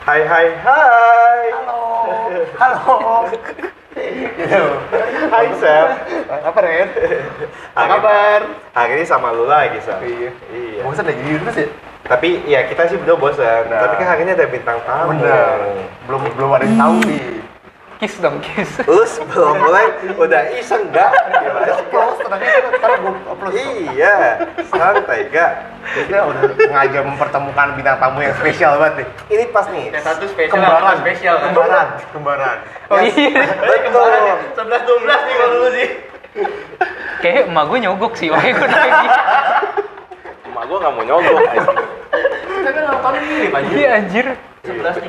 Hai hai hai. Halo. Gitu. Hai Sam. Apa Ren? Apa kabar? Hari ini sama lu lagi Sam. Iya. Iya. Bosan lagi gini terus ya? Tapi ya kita sih berdua bosan. Nah. Tapi kan hari ini ada bintang tamu. Bener. Belum ada yang tahu nih. Kiss dong, kiss. Lu sebelum mulai udah iseng gak? Gimana sih? Upload, ntar gue upload. Iya, santai gak? Kita udah sengaja mempertemukan bintang tamu yang spesial banget nih. Ini pas nih. Yang satu spesial, Kembaran. spesial. Kembaran. Oh iya. Betul. 11-12 nih kalau dulu sih. Kayaknya emak gue nyogok sih, makanya gue nanya gitu. Emak gua nggak mau nyogok. Kita kan nonton ini, Pak. Iya, anjir. 11-13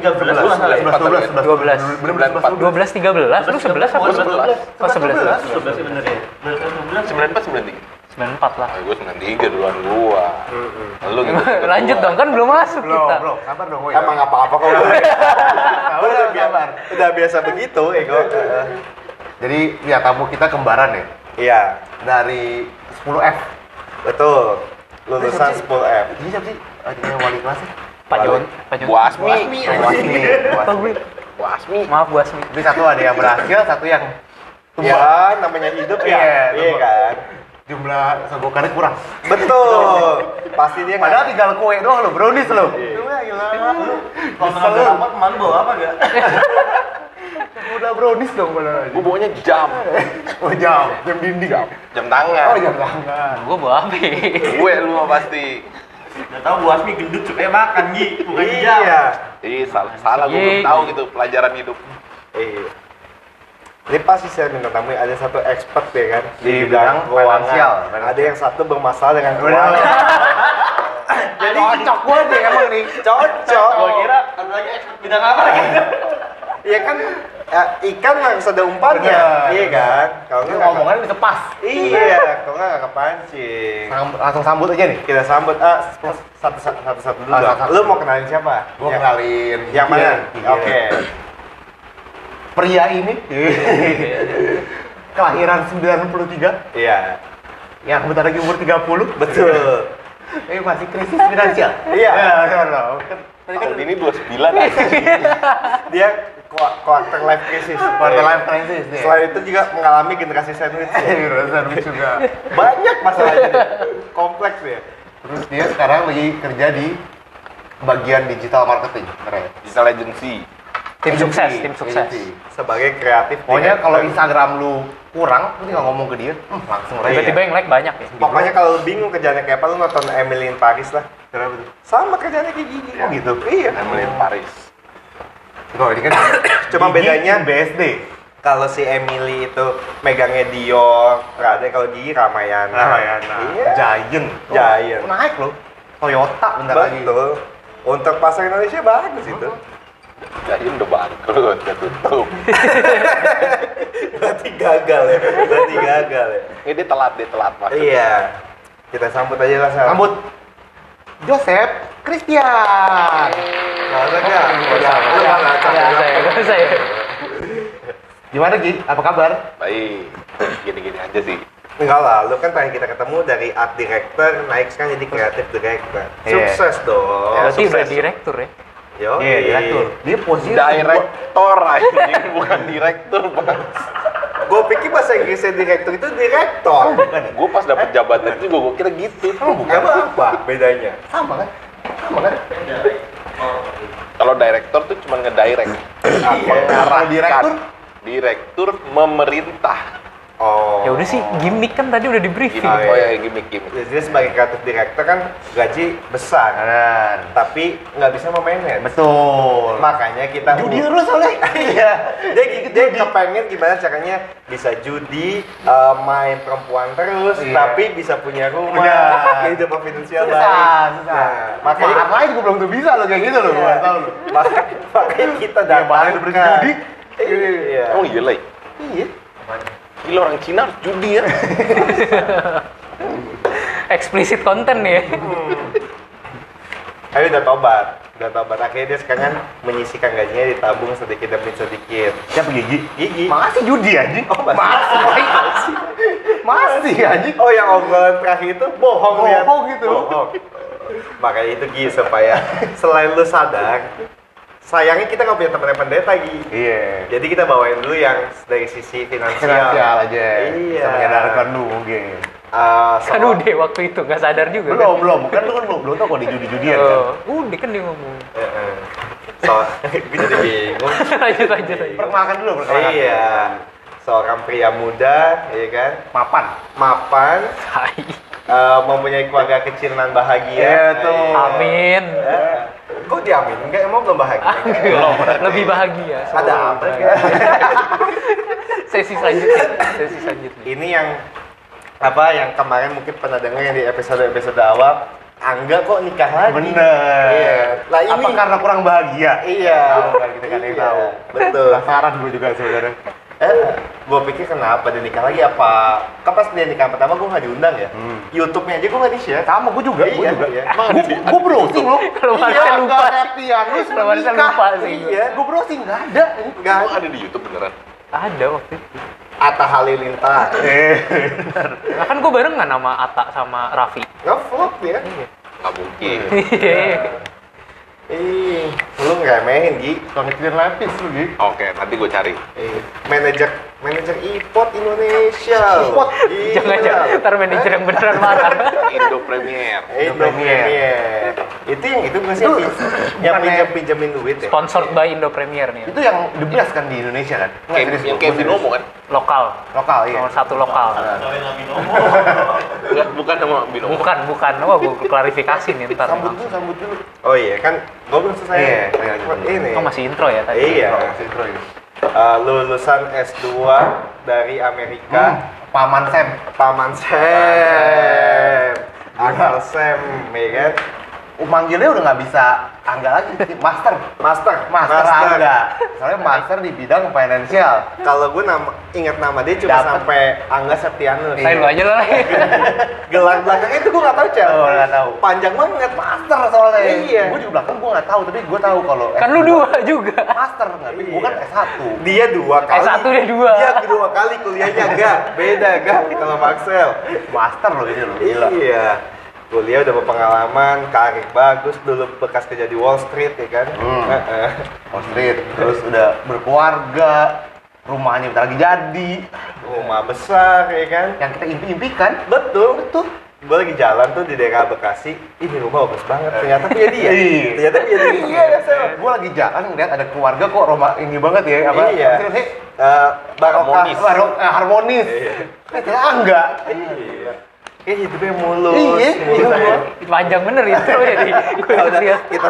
12-13. Lu 11 apa 11? Oh, 11. 11 sih bener ya. 94 93. 94 lah. Gue 93 duluan gua. Lu gitu. Lanjut dong, kan belum masuk kita. Belum. Sabar dong, woy. Emang apa-apa kok. Sabar. Udah biasa begitu, Ego. Jadi, ya tamu kita kembaran ya. Iya, Dari 10F. betul. Lulusan 10F. Ini siapa sih? Adiknya wali kelasnya? Pak Jon. Bu Asmi. Bu Asmi. Maaf Bu Asmi. Jadi satu ada yang berhasil, satu yang Ya, namanya hidup ya. Iya, Iya kan? jumlah segokannya kurang. Betul. Pasti dia Padahal nggak. tinggal kue doang lo, brownies lo. Iya. Kalau nggak dapat kemarin bawa apa enggak? Udah brownies dong kalau. Gua bawanya jam. Oh jam dinding. Jam tangan. Oh jam tangan. Gue bawa apa? Gue lu mah pasti. Udah tahu Bu Asmi gendut supaya makan Gi, bukan jam. Iya. Salah gua belum tahu gitu pelajaran hidup. Iya. Ini pasti saya minta tamu ada satu expert ya kan Di bidang finansial. Ada yang satu bermasalah dengan Udah. keuangan. Jadi cocok gue nih emang nih. Cocok. Gua kira ada lagi expert bidang apa gitu. Iya kan ya, ikan harus ada umpannya. Bener. Iya kan? Kalau Ini nggak ngomongan bisa pas. Iya, kalau nggak kepancing. Langsung sambut aja nih. Kita sambut satu dulu. Ah, dong. satu. Lu mau kenalin siapa? Gue kenalin. Yang mana? Iya. Oke. Pria ini kelahiran 93, Iya. yang bentar lagi umur 30. Betul. Masih krisis finansial. Iya. Tadi kan Tahun ini 29 aja. Dia quarter life crisis. quarter life crisis nih. Selain itu juga mengalami generasi sandwich. Sandwich juga. Banyak masalahnya. Kompleks ya. Terus dia sekarang lagi kerja di bagian digital marketing. Keren. Digital agency. Tim sukses, Agency, tim sukses. agency. Sebagai kreatif. Pokoknya director. kalau Instagram lu kurang, lu tinggal ngomong ke dia, langsung raya. Tiba-tiba yang like banyak ya. Pokoknya kalau lu bingung kerjanya kayak apa, lu nonton Emily in Paris lah. Kenapa tuh? Sama kerjanya kayak gini. Oh gitu. Iya. Emily Paris. Tuh, ini kan Cuma Gigi bedanya BSD. kalau si Emily itu megangnya Dior, Prada, kalau Gigi Ramayana. Iya. Giant. Giant. Naik loh. Toyota bentar lagi. Betul. Untuk pasar Indonesia bagus itu. Jadi udah bangkrut, udah tutup. Berarti gagal ya. Berarti gagal ya. Ini dia telat masuk. Iya. Kita sambut aja lah, Sal. Sambut Joseph Christian. Masa enggak? Saya. Gimana Gi? Apa kabar? Baik. Gini-gini aja sih. Enggak lah, lu kan terakhir kita ketemu dari art director naik sekarang jadi kreatif director. Iya. Sukses dong. Berarti udah Sukses. direktur ya. Yo. Iya, direktur. Dia posisi Direktor aja, bukan direktur, Bang. Gue pikir bahasa Inggrisnya direktur itu direktor. bukan. Gue pas dapet jabatan itu gue kira gitu. Bukan apa bedanya? Sama kan? Sama kan? Kalau direktor tuh cuma ngedirect. Kalau direktur Direktur memerintah. Oh. Ya udah sih, gimmick kan tadi udah di briefing. Gimik, iya. oh ya gimmick. Jadi sebagai kreatif director kan gaji besar, Kanan. tapi nggak bisa memanage. Betul. Makanya kita Judi terus soalnya. Iya. Dia kepengen gimana caranya bisa judi, main perempuan terus, Iya. tapi bisa punya rumah, Benar. hidup finansial baik. Susah. Nah, Makanya makanya lain gue belum tuh bisa loh kayak gitu loh. Iya. Gua tahu loh. makanya kita Dia balik udah pergi judi. Iya. Oh iya lah. Iya. Gila orang Cina harus judi ya. Explicit konten ya. Ayo udah tobat. Akhirnya dia sekarang kan menyisikan gajinya ditabung sedikit demi sedikit. Siapa Gigi? Gigi. Masih judi anjing. Oh, masih. Masih anjing. Oh, yang obrolan terakhir itu bohong lihat. Bohong gitu. Bohong. Makanya itu Gi supaya selain lu sadar sayangnya kita nggak punya teman yang pendeta Gi. Iya. Jadi kita bawain dulu yang dari sisi finansial. Finansial aja. Iya. Bisa menyadarkan lu mungkin. Kan udah waktu itu nggak sadar juga. Belum. Kan lu kan belum tahu kok di judi-judian kan. Udah kan dia ngomong. Gue jadi bingung. lanjut. Perkenalkan dulu, perkenalkan. Iya. Seorang pria muda, ya kan, mapan, Tai. mempunyai keluarga kecil dan bahagia. Iya, tuh. Amin. Kok diamin? Enggak, emang belum bahagia? Belum. Lebih bahagia. Ada apa? Sesi selanjutnya. Ini yang yang kemarin mungkin pernah dengar yang di episode awal. Angga kok nikah lagi? Bener. Iya. Lah ini Apa karena kurang bahagia? Iya. Tahu kan kita kan yang Iya. tahu. Betul. Penasaran gue juga sebenarnya. Gue pikir kenapa dia nikah lagi apa? Kan pas dia nikah pertama gue nggak diundang ya. YouTube-nya aja gue nggak di-share. Sama gue juga, Iya. Gue browsing loh. Kalau Marcel lupa. Kalau Marcel lupa sih. Iya. Gue browsing nggak ada. Nggak Oh, ada di YouTube beneran. Ada waktu itu. Atta Halilintar. Nah, kan gue barengan sama Atta sama Raffi. Nge-vlog dia. Nggak mungkin. Lu ngeremehin Gi. Kalau ngecilin lapis lu gitu. Oke, nanti gue cari. Manajer iPod Indonesia. iPod? Jangan ntar manajer yang beneran marah. Indo Premier. Indo Premier. Itu yang itu nggak sih? Yang pinjemin duit ya? Sponsored by Indo Premier nih. Itu yang the best kan di Indonesia kan? Yang Kevin ngomong kan? Lokal. Lokal iya. Nomor 1 lokal. Enggak, bukan sama Binomo. Bukan. Oh, gue klarifikasi nih ntar. Sambut dulu. Oh iya kan, gue belum selesai. Iya, Ini. Oh, masih intro ya tadi? Iya. Intro ini. Lulusan S2 dari Amerika. Paman Sam. Paman Sam. Uncle Sam, ya kan? Manggilnya udah nggak bisa Angga lagi, Master Angga. Soalnya Master di bidang finansial. Kalau gue ingat nama dia cuma Dapet. sampai Angga Septianus. Saya lu aja lah. Gelar belakangnya itu gue nggak tahu Cel. Oh, nggak tahu. Panjang banget. Master soalnya. Iya. Gue juga belakang gue nggak tahu, tapi gue tahu kalau Kan lu 2 juga. Master nggak, tapi gue kan S1. Dia 2 kali. S1 dia 2. Dia 2 kali kuliahnya gak beda gak sama Maxel. Master loh ini loh. Gila. Iya. Kuliah udah berpengalaman, karir bagus, dulu bekas kerja di Wall Street ya kan. Wall Street, terus udah berkeluarga, rumahnya bentar lagi jadi, Rumah besar ya kan. yang kita impi-impikan. Betul. Gue lagi jalan tuh di daerah Bekasi, ini rumah bagus banget. Ternyata punya dia. Iya. Ternyata punya dia. Iya, Sel. Gue lagi jalan ngeliat ada keluarga kok rumah ini banget ya, apa? Iya. Maksudnya, Barokah. harmonis. Ternyata enggak. Iya. Hidupnya mulus. Iya. Panjang bener itu jadi. Gue Ya udah, lihat. kita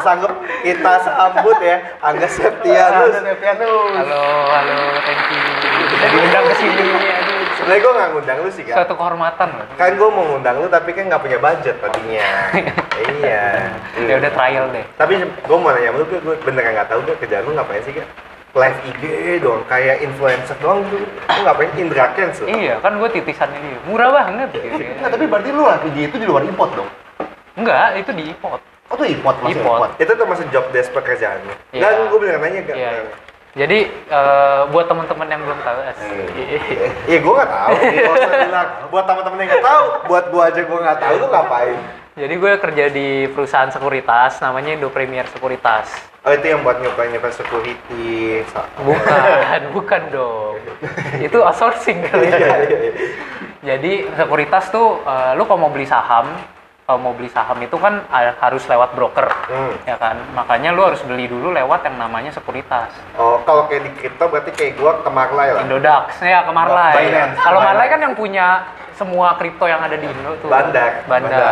sambut ya Angga Septianus. Halo, thank you. Jadi undang ke sini. Aduh. Sebenarnya gue nggak ngundang lu sih kan. Suatu kehormatan loh. Kan gue mau ngundang lu tapi kan nggak punya budget tadinya. Iya. Ya udah trial deh. Tapi gue mau nanya sama lu, gue beneran nggak tahu gue kerjaan lu ngapain sih kan? Live IG doang, kayak influencer doang tuh. Lu ngapain Indra Kents lu? Iya, kan gue titisan ini. Murah banget gitu. Enggak, tapi berarti lu lah PJ itu di luar import dong? Enggak, itu di import. Oh tuh import, masih Import. import. Itu termasuk job desk pekerjaannya. Iya. Nggak, gue beneran nanya gak? Iya. Jadi buat teman-teman yang belum tahu, Iya, gue nggak tahu. Kalau saya bilang, buat teman-teman yang nggak tahu, buat gue aja gue nggak tahu, lu ngapain? jadi gue kerja di perusahaan sekuritas, namanya Indo Premier Sekuritas. Oh itu yang buat nyuplai security. Bukan dong. Itu outsourcing kali ya. Jadi sekuritas tuh, lu kalau mau beli saham itu kan harus lewat broker, ya kan. Makanya lu harus beli dulu lewat yang namanya sekuritas. Oh, kalau kayak di kripto berarti kayak gua ke Marlai lah. Indodax, ya ke Marlai. Binance. Kalau Marlai kan yang punya semua kripto yang ada di Indo tuh. Bandar.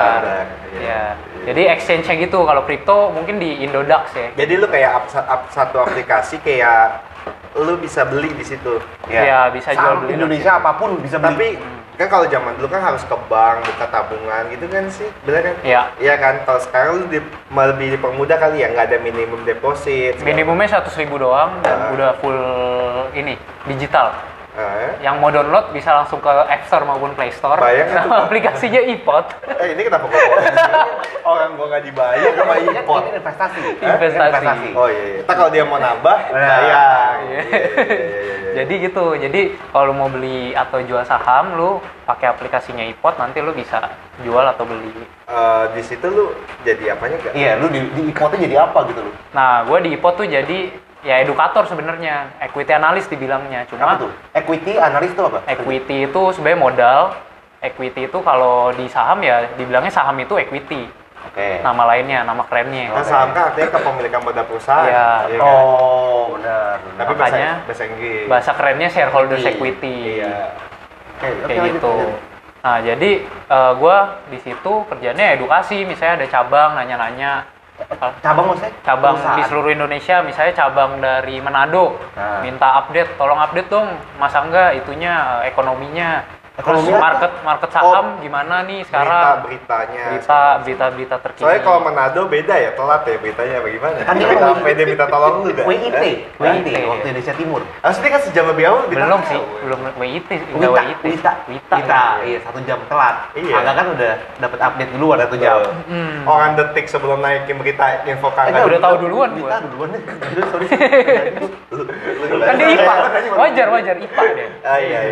Ya. Jadi exchange-nya gitu. Kalau kripto mungkin di Indodax ya. Jadi lu kayak satu aplikasi kayak lu bisa beli di situ. Ya, bisa jual beli. Indonesia apapun bisa beli. Tapi kan kalau zaman dulu kan harus ke bank buka tabungan gitu kan sih, bener kan? Iya. Iya kan. Kalau sekarang lu lebih dipermudah kali ya, nggak ada minimum deposit. Minimumnya 100.000 doang dan udah full ini digital. yang mau download bisa langsung ke App Store maupun Play Store. Bayang nggak tuh, Nama Pak? aplikasinya iPod. Ini kenapa gue orang gue nggak dibayar sama iPod? Ini investasi. Investasi. Oh iya. Ntar kalau dia mau nambah, bayar. Iya. Jadi gitu. Jadi kalau lu mau beli atau jual saham, lu pakai aplikasinya iPod, nanti lu bisa jual atau beli. Di situ lu jadi apanya gak? Iya, lu di iPod-nya jadi apa gitu lu? Nah, gue di iPod tuh jadi ya edukator sebenarnya, equity analyst dibilangnya. Cuma Apa tuh? Equity analis itu apa? equity itu sebenarnya modal. Equity itu kalau di saham ya dibilangnya saham itu equity. Oke. Nama lainnya, nama kerennya. Kan saham kan artinya kepemilikan modal perusahaan. Iya. kan? Oh, benar. Tapi Makanya bahasa Inggris. Bahasa kerennya shareholders equity. Iya. Kayak gitu. Nah, jadi gue di situ kerjanya edukasi, misalnya ada cabang nanya-nanya Cabang maksudnya? cabang Perusahaan. di seluruh Indonesia, misalnya cabang dari Manado, Nah. minta update, tolong update dong, Mas Angga itunya ekonominya, terus Ekonomi market saham gimana nih sekarang, Beritanya. berita terkini. Soalnya kalau Manado beda ya, telat ya beritanya bagaimana? Kan dia Kita kan sampai dia minta tolong lu gak? WIT, WIT. waktu Indonesia Timur. Harusnya kan sejam lebih awal lebih belum tahu. sih, belum WIT, udah WIT, Wita, iya 1 jam telat. Iya. Angga kan udah dapat update dulu ada 1 jam. Hmm. Orang detik sebelum naikin berita info kan. Enggak, udah tahu duluan gua. Wita duluan deh. Sorry. Kan dia IPA, wajar IPA deh. Ah iya.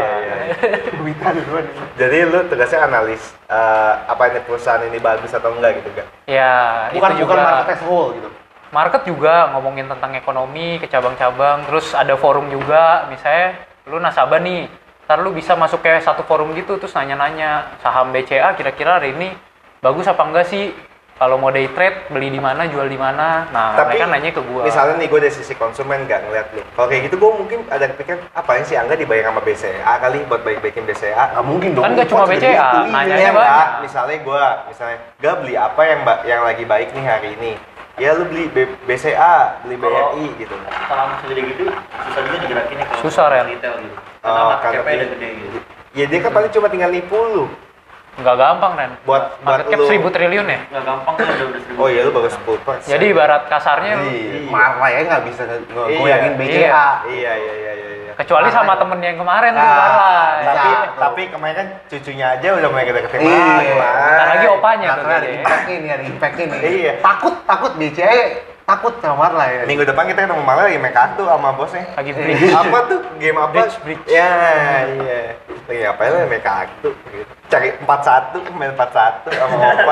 Wita duluan. Jadi lu tugasnya analis apa ini perusahaan ini bagus atau enggak gitu kan? Ya, Bukan itu juga. market as whole gitu. Market juga ngomongin tentang ekonomi ke cabang-cabang, terus ada forum juga, misalnya lu nasabah nih, ntar lu bisa masuk ke satu forum gitu, terus nanya-nanya saham BCA kira-kira hari ini bagus apa enggak sih, kalau mau day trade beli di mana, jual di mana. Nah, mereka nanya ke gua. Misalnya nih gue dari sisi konsumen nggak ngeliat lu. Kalau kayak gitu gue mungkin ada kepikiran apa sih Angga dibayar sama BCA kali buat baik-baikin BCA. Nggak mungkin dong. Kan nggak cuma Import BCA, juga gitu. nanya Iya, banyak. Mbak. Misalnya gak beli apa yang lagi baik nih hari ini. Ya lu beli BCA, beli BRI gitu. Saham segede gitu susah juga digerakin ya kalau Susah, Ren. retail gitu. Oh, Karena market karena cap-nya dia- udah gede gitu. Ya dia kan paling cuma tinggal nipu lu. Nggak gampang, Ren. Buat Market cap lu- 1000 triliun ya. Nggak gampang kan udah 1000. Oh iya lu baru 10%. Jadi ibarat kasarnya lu, Iya. Marah ya nggak bisa Iya. goyangin BCA. Iya. kecuali sama temennya yang kemarin tuh, Nah, Marlai. Tapi Iya. tapi kemarin kan cucunya aja udah mulai deketin Iya. Bentar lagi opanya tuh. Ada dia. impact ini, ada impact ini. Iya. Takut BCA takut sama Marlai. Minggu depan kita ketemu Marlai lagi main kartu sama bosnya. Lagi bridge. Apa tuh game apa? Bridge. Ya, iya. Lagi ngapain lah main kartu gitu. Cari 41, main 41 sama opa.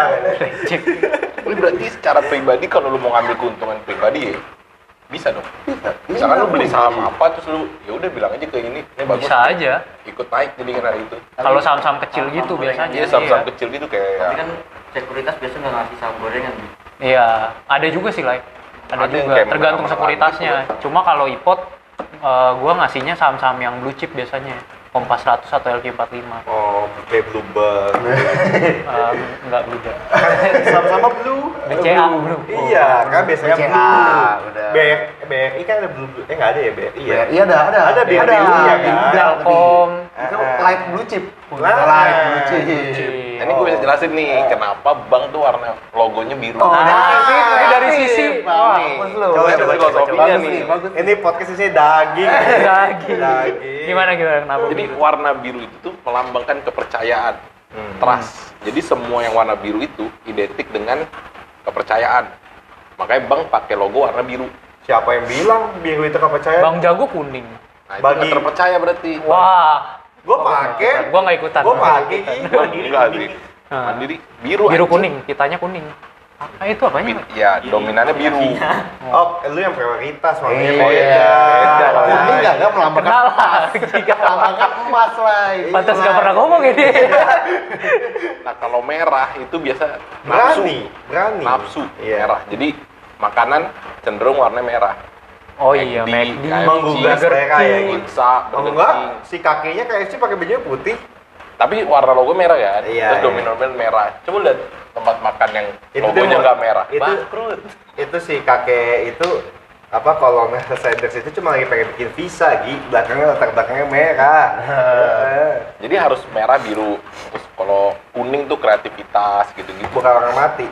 Tapi berarti secara pribadi kalau lu mau ngambil keuntungan pribadi ya bisa dong. Misalkan lu beli saham apa terus lu ya udah bilang aja ke ini bagus. Bisa aja. Ikut naik jadi kan hari itu. Kalau saham-saham kecil gitu Saham biasanya. Iya saham-saham Iya. kecil gitu kayak Tapi kan sekuritas biasanya nggak ngasih saham gorengan gitu. Iya, ada juga sih, Lai. Ada Ada yang juga, kayak tergantung menang-menang sekuritasnya. gitu. Cuma kalau iPod, gua ngasihnya saham-saham yang blue chip biasanya. Kompas 100 atau LQ45. Oh, kayak Bluebird. Enggak juga. Sama-sama Blue. BCA Blue. Iya, kan biasanya BCA, Blue. udah. BRI kan ada Blue. Nggak ada ya BRI ya? Iya ada. Ada BRI, iya kan? Telkom. Itu light blue chip. Nah. Light blue chip. Nah, ini gue bisa jelasin nih kenapa bank tuh warna logonya biru. Oh, ini dari sisi. Wah, Nih. bagus lu. Coba, coba, Bagus coba. nih, bagus. Ini podcast ini daging. Daging. Daging. Gimana kenapa? Jadi warna biru itu tuh melambangkan kepercayaan, Hmm. trust. Jadi semua yang warna biru itu identik dengan kepercayaan. Makanya bank pakai logo warna biru. Siapa yang bilang biru itu kepercayaan? Bang Jago kuning. Nah, itu Bagi- nggak terpercaya berarti. Wah. Gua pakai. Gua nggak ikutan. Gua pakai. Enggak, Andri. Ah. Mandiri biru. Biru anjing. kuning, kitanya kuning. Apa itu apanya? Ya, dominannya biru. Oh, lu yang prioritas makanya Iya. beda. Kuning nggak melambangkan Kenal lah. melambangkan emas lah. Pantas nggak pernah ngomong ya dia. Nah, kalau merah itu biasa nafsu. Berani. Nafsu Iya. merah. Jadi makanan cenderung warna merah. Oh iya, McD, McD. KFC, Menggugah selera ya gitu. Pizza, Oh Burger enggak, King. si kakinya KFC pakai bajunya putih. Tapi warna logo merah kan? Iya, Terus iya. dominan merah. Coba lihat tempat makan yang logonya dia mau- nggak merah. Itu Bangkrut. itu si kakek itu apa kolonel Sanders itu cuma lagi pengen bikin visa belakangnya latar belakangnya merah. Jadi harus merah biru. Terus kalau kuning tuh kreativitas gitu-gitu. Bukan orang mati.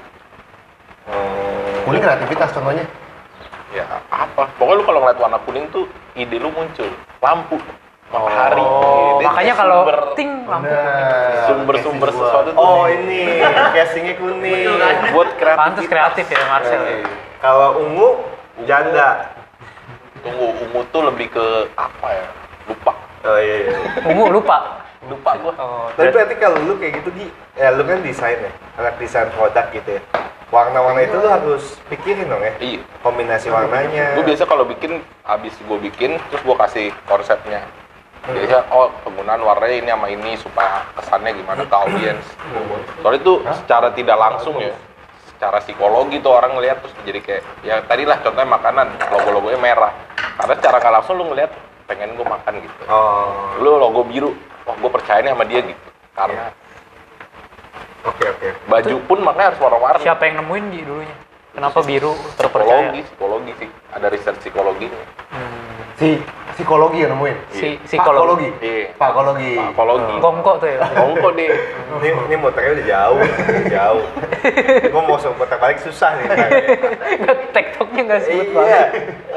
Kuning kreativitas contohnya. Ya apa? Pokoknya lu kalau ngeliat warna kuning tuh ide lu muncul. Lampu. matahari. Dia makanya kayak kalau sumber- ting lampu sumber sesuatu tuh Oh ini, casingnya kuning. buat kreativitas. pantes kreatif ya Marcel ya. Kalau ungu, janda. Tunggu, ungu tuh lebih ke apa ya? Lupa. Oh iya. Ungu lupa. Gua. Oh, Tapi berarti kalau lu kayak gitu Gi, ya lu kan desain ya, anak desain produk gitu ya. Warna-warna itu lu harus pikirin dong ya. Iya. Kombinasi warnanya. Gue biasa kalau bikin, abis gue bikin, terus gue kasih konsepnya. Biasa, oh penggunaan warnanya ini sama ini supaya kesannya gimana ke audiens. Soalnya itu secara tidak langsung ya, secara psikologi tuh orang ngeliat terus jadi kayak, ya tadi lah contohnya makanan, logo-logonya merah. Karena secara nggak langsung lu ngeliat, pengen gue makan gitu. Oh. Lu logo biru, oh gue percaya nih sama dia gitu. Karena Oke. baju pun makanya harus warna-warni. siapa yang nemuin Ji dulunya? Kenapa biru terpercaya? Psikologi sih. Ada research psikologinya. Si psikologi yang nemuin. Psikologi. Iya. Pakologi. Psikologi. Kongko tuh ya. Kongko deh. Ini motornya udah jauh. Gua mau putar balik susah nih. Nggak, TikToknya nggak sebut Iya. banget.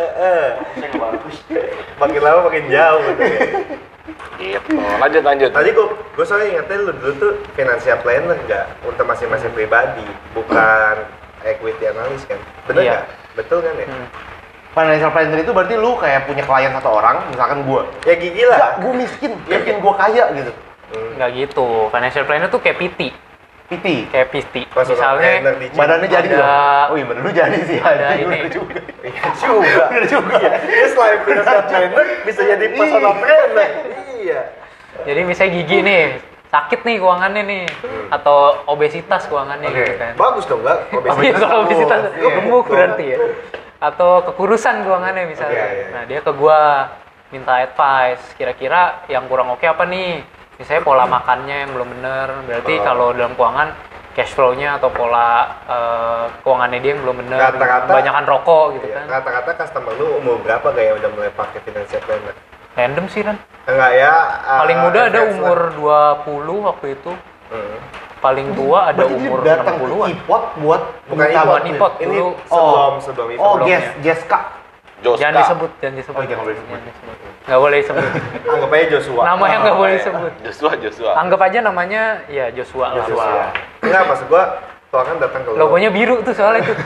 Makin lama makin jauh gitu ya. Gitu. Lanjut. Tadi gue soalnya ingetnya lu dulu tuh financial planner nggak untuk masing-masing pribadi, bukan equity analyst kan? Bener Iya. nggak? Betul kan ya? Financial planner itu berarti lu kayak punya klien satu orang, misalkan gua. Ya gigi lah. Enggak, gua miskin, yakin gua kaya gitu. Nggak gitu. Financial planner tuh kayak PT. PT. Kayak PT. Personal Misalnya trainer di gym. Badannya jadi Ada- dong. Oh iya, badan lu jadi sih. ada anjing, ini. bener juga. Iya juga. Bener juga. Dia selain financial planner bisa jadi personal trainer. Iya. Jadi misalnya gigi nih, sakit nih keuangannya nih, atau obesitas keuangannya Oke. gitu kan. Bagus dong nggak? Iya, kalau obesitas Iya. gemuk berarti ya. Atau kekurusan keuangannya misalnya. Oke, iya. Nah, dia ke gua minta advice, kira-kira yang kurang oke apa nih? Misalnya pola makannya yang belum bener, berarti kalau dalam keuangan cash flow-nya atau pola keuangannya dia yang belum bener, Rata-rata- banyakan rokok gitu Iya. kan. Rata-rata customer lu umur berapa gak yang udah mulai pakai financial planner? Random sih kan. Enggak ya. Paling muda ada average umur lah. 20 waktu itu. Hmm. Paling tua ada Berarti dia umur datang ke 60-an. ipot buat Bukan minta ipot, bantuin. ipot. Ini dulu. sebelum itu. Oh, sebelumnya. Jeska. Joska. Jangan disebut. Oh, jangan boleh disebut. Nggak boleh disebut. Anggap aja Joshua. Nama yang nggak boleh disebut. Joshua. Anggap aja namanya ya Joshua lah. Joshua. Enggak, maksud gua tuh kan datang ke lu. Logonya biru tuh soalnya itu.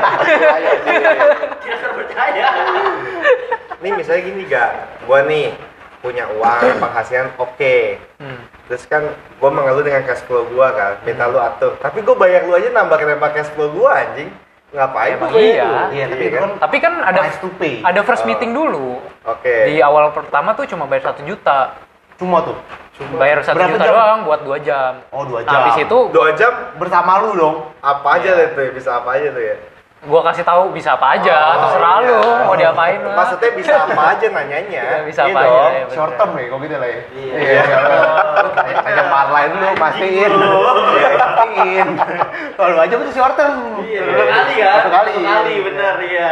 Tidak terpercaya. Nih misalnya gini gak, gua nih punya uang, penghasilan oke. Terus kan gua mengeluh dengan cash flow gua kan, minta lu atur. Tapi gua bayar lu aja nambah cash flow gua anjing. Ngapain Emang gua bayar iya. lu? Iya, tapi itu kan Tapi kan ada price to pay. ada first meeting dulu. Oke. Di awal pertama tuh cuma bayar 1 juta. Cuma tuh. Bayar 1 Berapa juta jam? doang buat 2 jam. Oh, 2 Nah, habis jam. itu 2 jam Bersama lu dong. apa aja Iya. tuh ya? Bisa apa aja tuh ya? gua kasih tahu bisa apa aja, Oh, terserah iya. lu mau diapain lah. Maksudnya bisa apa aja nanyanya? Iya, bisa Iya apa aja, dong. ya, bener. Short term ya, kok gitu lah ya. Iya. Kayak part lain dulu, pastiin. Pastiin. Kalau 2 jam itu short term. Iya, dua kali kan? Satu kali. Dua kali, bener, iya.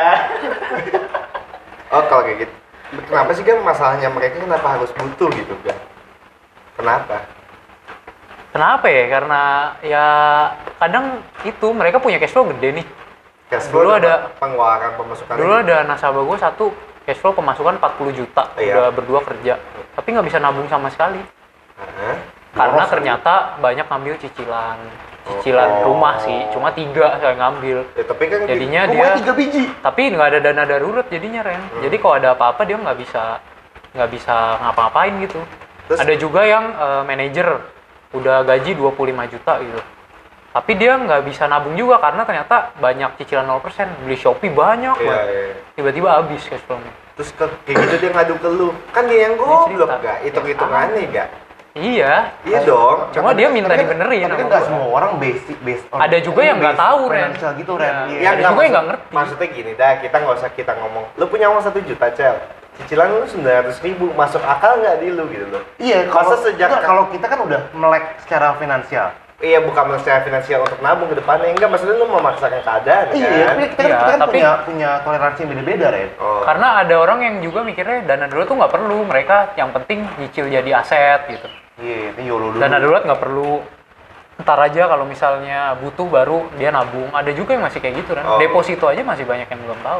Oh kalau kayak gitu. Kenapa sih kan masalahnya mereka kenapa harus butuh gitu kan? Kenapa? Kenapa ya? Karena ya kadang itu mereka punya cash flow gede nih. Cash flow Dulu apa? ada pengeluaran pemasukan. Dulu ada nasabah gue satu cash flow pemasukan 40 juta Iya. udah berdua kerja, tapi nggak bisa nabung sama sekali Hah? karena Boros, ternyata banyak ngambil cicilan Oh. rumah sih, cuma 3 saya ngambil. Ya, tapi kan Jadinya Rumah dia 3 biji. tapi nggak ada dana darurat jadinya Ren. Jadi kalau ada apa-apa dia nggak bisa ngapa-ngapain gitu. Terus- Ada juga yang manajer udah gaji 25 juta gitu. Tapi dia nggak bisa nabung juga karena ternyata banyak cicilan 0%. Beli Shopee banyak Iya, banget. iya. Tiba-tiba habis cash flow-nya. Terus kayak gitu dia ngadu ke lu. Kan dia yang goblok cerita. gak? Hitung-hitungannya gak? Iya. Iya dong. Cuma dia minta Tapi kan- dibenerin Tapi kan sama nggak gua. semua orang based on. Ada juga yang nggak basic tahu, Ren. financial gitu, Ren. Iya. Iya. Ada nggak, juga yang maksud- nggak ngerti. Maksudnya gini dah, kita nggak usah kita ngomong. Lu punya uang 1 juta, Cel. Cicilan lu 900.000, masuk akal nggak di lu gitu loh? Iya, Masa sejak- kalau kita kan udah melek secara finansial. Iya, bukan secara finansial untuk nabung ke depannya. Enggak, maksudnya lu memaksakan keadaan Iya, kan? tapi kita kan, Iya, kita kan tapi- punya toleransi yang beda-beda, Ren. Oh. Karena ada orang yang juga mikirnya dana darurat tuh nggak perlu. Mereka yang penting nyicil jadi aset gitu. Iya, ini YOLO dulu. Dana darurat nggak perlu. Ntar aja kalau misalnya butuh baru dia nabung. Ada juga yang masih kayak gitu kan. Oh. Deposito aja masih banyak yang belum tahu.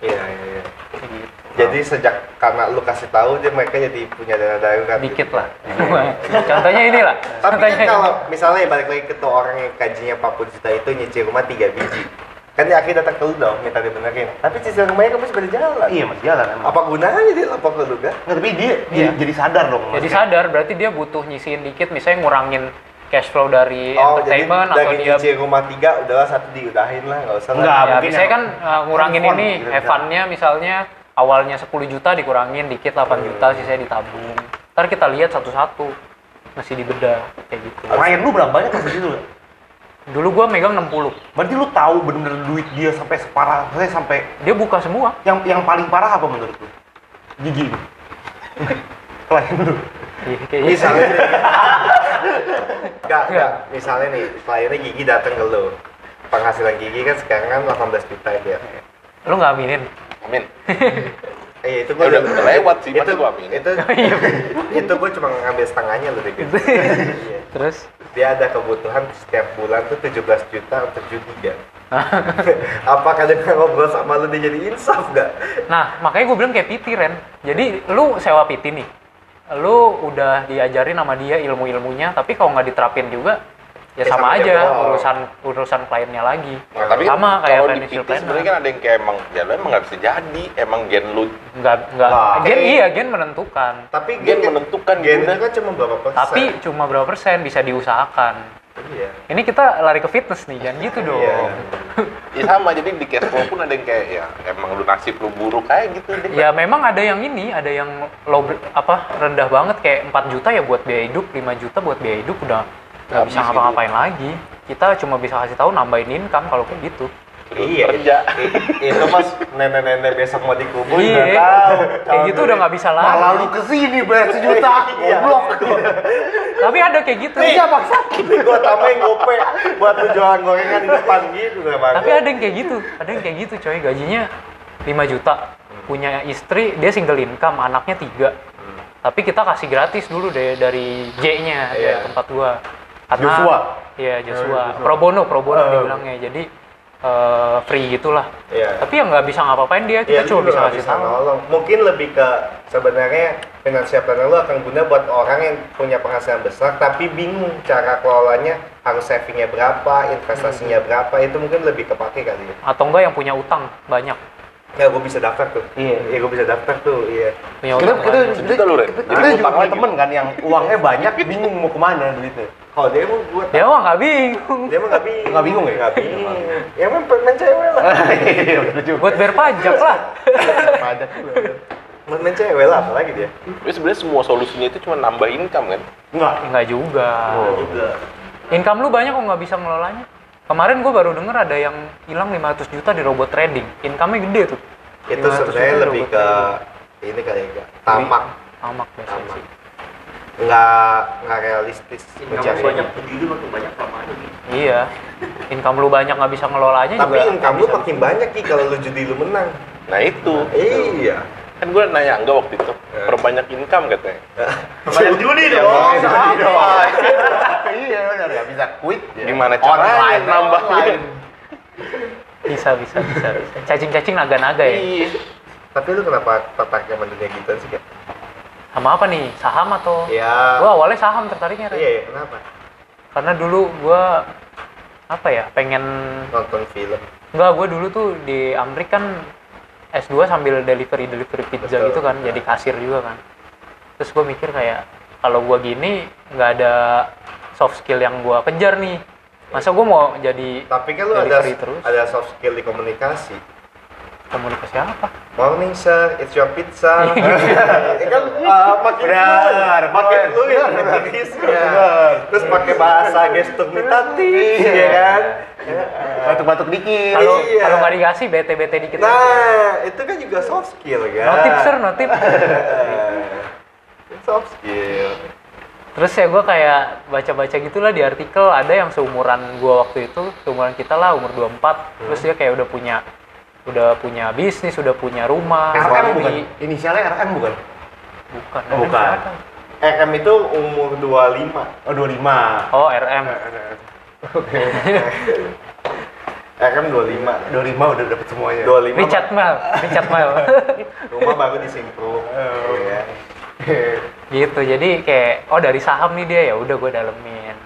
Iya, iya, iya. Kayak gitu. Jadi sejak karena lu kasih tahu dia mereka jadi punya dana darurat. Dikit lah. Contohnya inilah. Tapi kan Contohnya kalau misalnya balik lagi ke tuh orang yang gajinya 40 juta itu nyicil rumah 3 biji. Kan dia akhirnya datang ke lu dong minta dibenerin. Tapi cicilan rumahnya kan masih berjalan. Iya, masih jalan emang. Apa gunanya dia lapor ke lu kan? Nggak, tapi dia Iya. jadi sadar dong. jadi sadar berarti dia butuh nyisihin dikit, misalnya ngurangin cash flow dari Oh, jadi entertainment atau dari dia nyicil rumah 3 udahlah satu diudahin lah, nggak usah lah. Enggak. ya mungkin misalnya kan yang ngurangin handphone ini gitu, have fund-nya misalnya awalnya 10 juta dikurangin dikit 8 juta sisanya ditabung. Ntar kita lihat satu-satu masih dibedah kayak gitu. Klien lu berapa banyak kasih situ? Dulu gua megang 60. Berarti lu tahu bener-bener duit dia sampai separah, maksudnya sampai Dia buka semua. yang paling parah apa menurut lu? Gigi lu. Klien lu. Iya, kayak gitu. Misalnya enggak, misalnya nih, kliennya Gigi datang ke lu. Penghasilan Gigi kan sekarang kan 18 juta ya. Lu nggak aminin? Amin. Itu Ya udah lewat sih, pasti gua amin. Itu gue cuma ngambil setengahnya loh deh. Iya. Terus Dia ada kebutuhan setiap bulan tuh 17 juta untuk judi kan. Apakah dia ngobrol sama lu dia jadi insaf gak? nah, makanya gue bilang kayak PT, Ren. Jadi lu sewa PT nih. Lu udah diajarin sama dia ilmu-ilmunya, tapi kalau nggak diterapin juga ya Ya, sama sama aja aja bohong. urusan kliennya lagi. Nah, tapi sama kayak kalau di financial PT planner. sebenarnya kan ada yang kayak emang ya lu emang nggak bisa jadi, emang gen lu Nggak Nah, gen kayak- iya gen menentukan. Tapi gen menentukan gen gitu. itu kan cuma berapa persen? Tapi cuma berapa persen bisa diusahakan. iya. Ini kita lari ke fitness nih, jangan gitu dong. Iya. Ya sama, jadi di cash flow pun ada yang kayak ya emang lu nasib lu buruk kayak gitu deh. Ya memang ada yang ini, ada yang rendah banget kayak 4 juta ya buat biaya hidup, 5 juta buat biaya hidup udah nggak Habis bisa ngapa-ngapain lagi. Kita cuma bisa kasih tahu nambahin income kalau kayak gitu. Terus Iya. kerja. Itu mas nenek-nenek besok mau dikubur Iya. nggak tahu. Kayak gitu udah nggak bisa lagi. Malah lu kesini bayar sejuta, Iya. goblok. Tapi ada kayak gitu. Iya maksa. Gue tambahin gope buat lu jualan gorengan di depan gitu nggak bang? Tapi ada yang kayak gitu, coy, gajinya 5 juta, punya istri, dia single income, anaknya 3. Tapi kita kasih gratis dulu deh dari J-nya, Iya. dari tempat gua. Karena, Joshua? Iya, Joshua. Pro bono dibilangnya. Jadi free gitulah. Iya. Tapi yang nggak bisa ngapa-ngapain dia, Iya, kita cuma lu bisa nggak kasih bisa tahu. nolong. Mungkin lebih ke sebenarnya financial planner lu akan guna buat orang yang punya penghasilan besar tapi bingung cara kelolanya, harus savingnya berapa, investasinya berapa, itu mungkin lebih kepake kali ya. Atau enggak yang punya utang banyak. Ya gue bisa daftar tuh. Iya. Iya gue bisa daftar tuh. Iya. Punya Kita utang kita banyak. Sejuta lu, Ren. Jadi kita juga utang punya lagi. temen kan yang uangnya banyak bingung mau kemana duitnya. Kalau dia mau buat Dia mah nggak bingung. dia mah nggak bingung. Nggak bingung ya? Nggak bingung. Ya emang main cewek lah. Iya betul juga. Buat bayar pajak lah. Pajak juga. Main cewek lah apalagi dia. Tapi sebenarnya semua solusinya itu cuma nambah income kan. Enggak. Enggak juga. Juga. Income lu banyak kok nggak bisa ngelolanya. Kemarin gue baru denger ada yang hilang 500 juta di robot trading. Income-nya gede tuh. Itu 500 sebenarnya juta lebih robot ke trading. ini kali ya, tamak. Tamak biasanya Tamak. sih. Nggak realistis. Income banyak judi makin banyak sama aja gitu. Iya. Income lu banyak nggak bisa ngelolanya Tapi juga. income lu nggak bisa. makin banyak Ki kalau lu judi lu menang. Nah itu. Iya. Kan gue nanya enggak waktu itu. Perbanyak income katanya. Banyak judi dong. Iya benar nggak bisa quit. ya. Gimana caranya Online, nambahnya? online. Bisa. Cacing-cacing naga-naga ya. Iya. Tapi lu kenapa tertarik sama dunia gitu sih Kak? Sama apa nih? Saham atau? Iya. Gua awalnya saham tertariknya. Ren. Iya, kenapa? Karena dulu gua apa ya? Pengen Nonton film. Enggak, gue dulu tuh di Amrik kan S2 sambil delivery pizza Betul. gitu kan, jadi kasir juga kan. Terus gue mikir kayak kalau gue gini nggak ada soft skill yang gue kejar nih. Masa gue mau jadi Tapi kan lu ada delivery terus? ada soft skill di komunikasi. Komunikasi apa? Morning sir, it's your pizza. Ini kan makin Benar, makin benar. lu ya Inggrisnya. Terus pakai bahasa gestur imitatif, ya kan? Batuk-batuk dikit. Kalau Iya. kalau nggak dikasih bete dikit. aja. Nah, itu kan juga soft skill kan? Notif sir, notif. Soft skill. Terus ya gue kayak baca-baca gitulah di artikel, ada yang seumuran gue waktu itu, seumuran kita lah, umur 24. Terus dia kayak udah punya bisnis, udah punya rumah. RM bukan? suami. Inisialnya RM bukan? Bukan. Oh, bukan. RM itu umur 25. Oh 25. Oh, RM. RM 25. 25 udah dapet semuanya. 25. Richard Mille. Rumah baru disimpruk. Iya. Gitu. Jadi kayak dari saham nih dia, ya udah gue dalemin.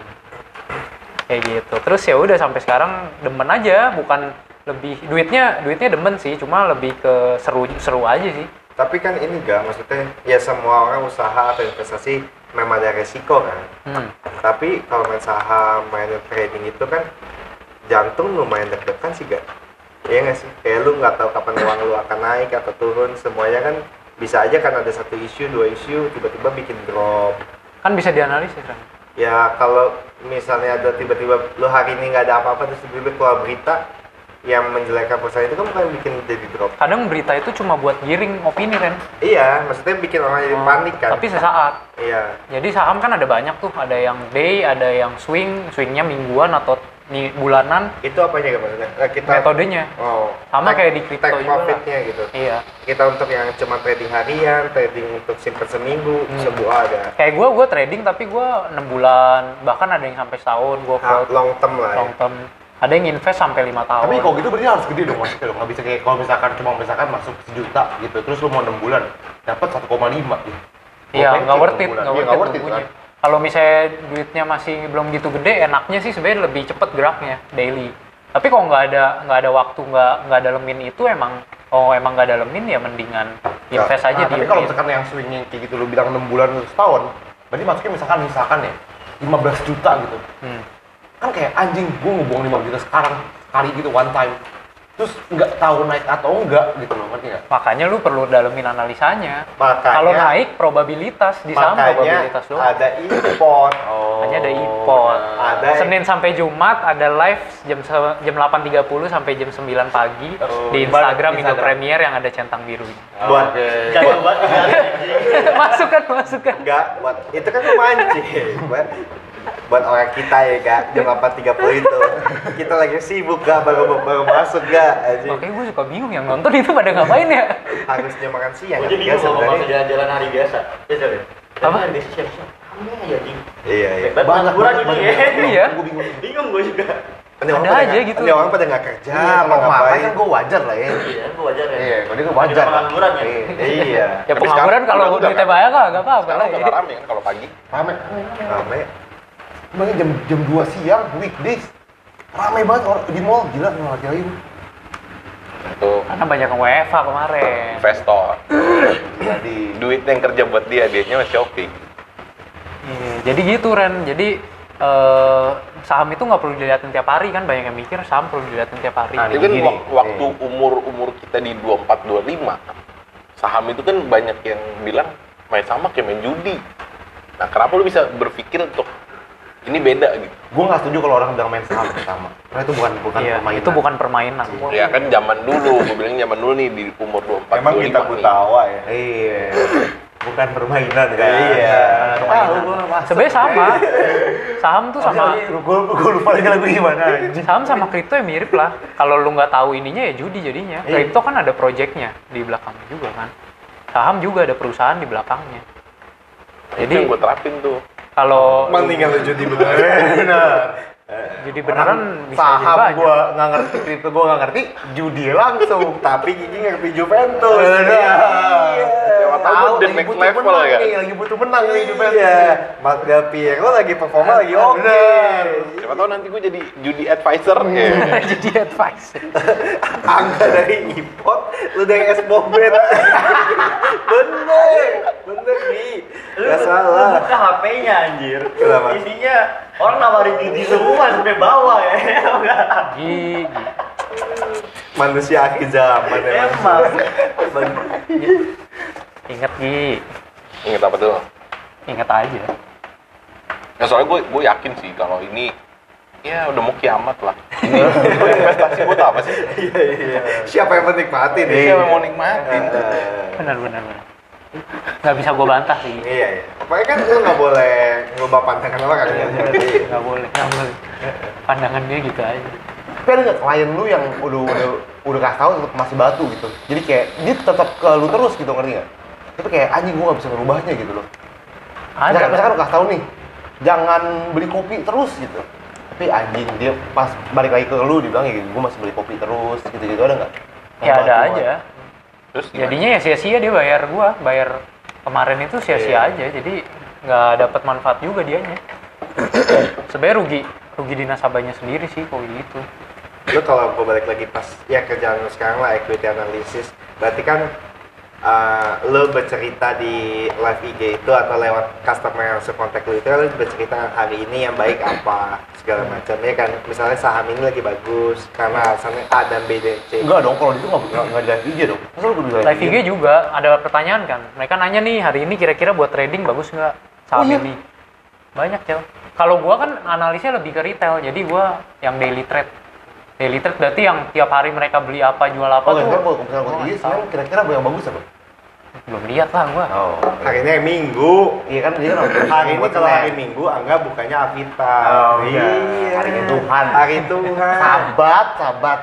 Kayak gitu. Terus ya udah sampai sekarang demen aja, bukan lebih duitnya demen sih, cuma lebih ke seru aja sih. Tapi kan ini maksudnya ya semua orang usaha atau investasi memang ada resiko kan. Tapi kalau main saham, main trading itu kan jantung lumayan deg-degan sih gak? Iya nggak sih? Kayak lu nggak tahu kapan uang lu akan naik atau turun, semuanya kan bisa aja kan ada satu isu, dua isu, tiba-tiba bikin drop. Kan bisa dianalisis kan? Ya kalau misalnya ada tiba-tiba lu hari ini nggak ada apa-apa terus tiba-tiba keluar berita yang menjelekkan perusahaan itu kan bukan bikin jadi drop. Kadang berita itu cuma buat giring opini Ren. Iya, maksudnya bikin orang jadi panik kan. Tapi sesaat. Iya. Jadi saham kan ada banyak tuh, ada yang day, ada yang swingnya mingguan atau bulanan. Itu apanya maksudnya? Metodenya. Oh. Sama kayak di crypto take juga lah. profitnya gitu. Iya. Kita untuk yang cuma trading harian, trading untuk simpen seminggu, sebuah ada. Kayak gue trading tapi gue 6 bulan, bahkan ada yang sampai setahun gue hold Long term lah. long term. Ada yang invest sampai 5 tahun. Tapi kalau gitu berarti harus gede dong masuknya dong. Nggak bisa kayak kalau misalkan masuk 1 juta gitu, terus lu mau 6 bulan dapat 1,5 gitu. Iya, nggak worth it, Nggak worth it kan. Kalau misalnya duitnya masih belum gitu gede, enaknya sih sebenarnya lebih cepet geraknya daily. Tapi kalau nggak ada waktu, nggak dalemin itu emang nggak dalemin ya mendingan invest aja Tapi di kalau misalkan yang swingnya kayak gitu lu bilang 6 bulan atau setahun, berarti masuknya misalkan ya 15 juta gitu. Kan kayak anjing, gue ngebuang 5 juta sekarang sekali gitu one time, terus nggak tahu naik atau enggak gitu loh, ngerti nggak? Makanya lu perlu dalemin analisanya. Makanya- Kalau naik probabilitas di saham probabilitas doang. ada import. Hanya ada import. Ada Senin sampai Jumat ada live jam 8.30 sampai jam 9 pagi di Instagram Indo Premier yang ada centang birunya. buat Jago banget. Masukkan. enggak buat itu kan memancing buat orang kita ya kak jam 8.30 itu kita lagi sibuk gak baru masuk gak aja Makanya gue suka bingung yang nonton itu pada ngapain ya? harusnya makan siang Gue jadi kan bingung kalau sebenarnya. masuk jalan-jalan hari biasa. Ya coba. Apa? Hari biasa siapa? Kami aja anjing. Iya. Banyak kurang ini ya. Iya. Gue bingung. Bingung gue juga. Ini orang Ada pada aja nggak- gitu. Ini orang pada nggak kerja, Kalau mau makan ngapain? kan gue wajar lah ya. Iya, gue wajar ya. Iya, kalau dia gue wajar. Ada pengangguran ya. Iya. Ya Tapi pengangguran sekarang kalau udah duitnya kan? banyak nggak apa-apa Sekarang lah. udah nggak rame kan kalau pagi. Rame. Rame. Emangnya jam 2 siang weekdays rame banget orang di mall, gila lagi. Itu Karena banyak yang WFH kemarin. investor. Jadi Duit yang kerja buat dianya shopping. Iya, jadi gitu Ren. Jadi saham itu nggak perlu dilihatin tiap hari kan, banyak yang mikir saham perlu dilihatin tiap hari. Nah, Itu kan gini, waktu umur kita di 24-25, saham itu kan banyak yang bilang main sama kayak main judi. Nah, kenapa lu bisa berpikir untuk ini beda gitu? gue nggak setuju kalau orang bilang main saham pertama. Karena itu bukan Iya, permainan. itu bukan permainan. Ya kan zaman dulu, gue bilang zaman dulu nih di umur 24 Emang kita 25 nih. tawa ya. Iya. Bukan permainan kan. Iya. Sebenarnya sama. Saham tuh sama. Gue lupa lagi lagu gimana. Saham sama kripto ya mirip lah. Kalau lu nggak tahu ininya ya judi jadinya. Kripto kan ada projectnya di belakangnya juga kan. Saham juga ada perusahaan di belakangnya. Itu yang gue terapin tuh. Kalau Mendingan lu judi bener. Benar. judi beneran bisa jadi Saham banyak. gue nggak ngerti, kripto gue nggak ngerti, judi langsung. Tapi Gigi ngerti Juventus. Siapa tahu Tahu the lagi next butuh level menang ya. nih, lagi butuh menang nih Juventus. Iya. Mark Del Piero lagi performa lagi oke. Bener. Siapa tahu nanti gue jadi judi advisor ya. Jadi advice. Angga dari import, lu dari es bombet. Bener nih. Gak salah. Buka HP-nya anjir. Kenapa? Isinya orang nawarin judi semua sampai bawah ya. Gigi. Manusia akhir zaman Emang. Ingat Gi. Ingat apa tuh? Ingat aja. Nah, soalnya gue yakin sih kalau ini ya udah mau kiamat lah. Ini investasi buat apa sih? Iya. Siapa yang menikmati nih? Siapa yang mau nikmatin? Benar. Nggak bisa gue bantah sih. Iya. Pokoknya kan lu nggak boleh ngubah pandangan orang kan. Nggak boleh. Pandangan dia gitu aja. Tapi ada nggak klien lu yang udah kasih tahu tetap masih batu gitu? Jadi kayak dia tetap ke lu terus gitu, ngerti nggak? Tapi kayak anjing gue nggak bisa ngerubahnya gitu loh. Ada. Misalkan lu kasih tahu nih, jangan beli kopi terus gitu. tapi anjing dia pas balik lagi ke lu dia bilang ya gue masih beli kopi terus gitu-gitu ada nggak? Ya ada aja. Terus gimana? Jadinya ya sia-sia dia bayar kemarin itu sia-sia aja, jadi nggak dapat manfaat juga dianya. Sebenarnya rugi di nasabahnya sendiri sih kalau gitu. Lu kalau gue balik lagi pas ya kerjaan lu sekarang lah equity analysis, berarti kan lu bercerita di live IG itu atau lewat customer yang kontak lu itu lu bercerita hari ini yang baik apa segala macam ya kan, misalnya saham ini lagi bagus karena alasannya A dan B dan C. Enggak dong, kalau itu nggak di live IG dong. Masa lu di Live IG juga ada pertanyaan kan, mereka nanya nih hari ini kira-kira buat trading bagus nggak saham ini? Banyak Cel. Kalau gua kan analisnya lebih ke retail, jadi gua yang daily trade berarti yang tiap hari mereka beli apa jual apa tuh. Kan kalau misalnya buat IG sekarang kira-kira yang bagus apa? Belum lihat lah gua. Oh, Hari ini Minggu. iya kan dia Hari ini kalau hari Minggu Angga bukanya Avita. Oh iya. Hari Tuhan. Hari Tuhan. Sabat.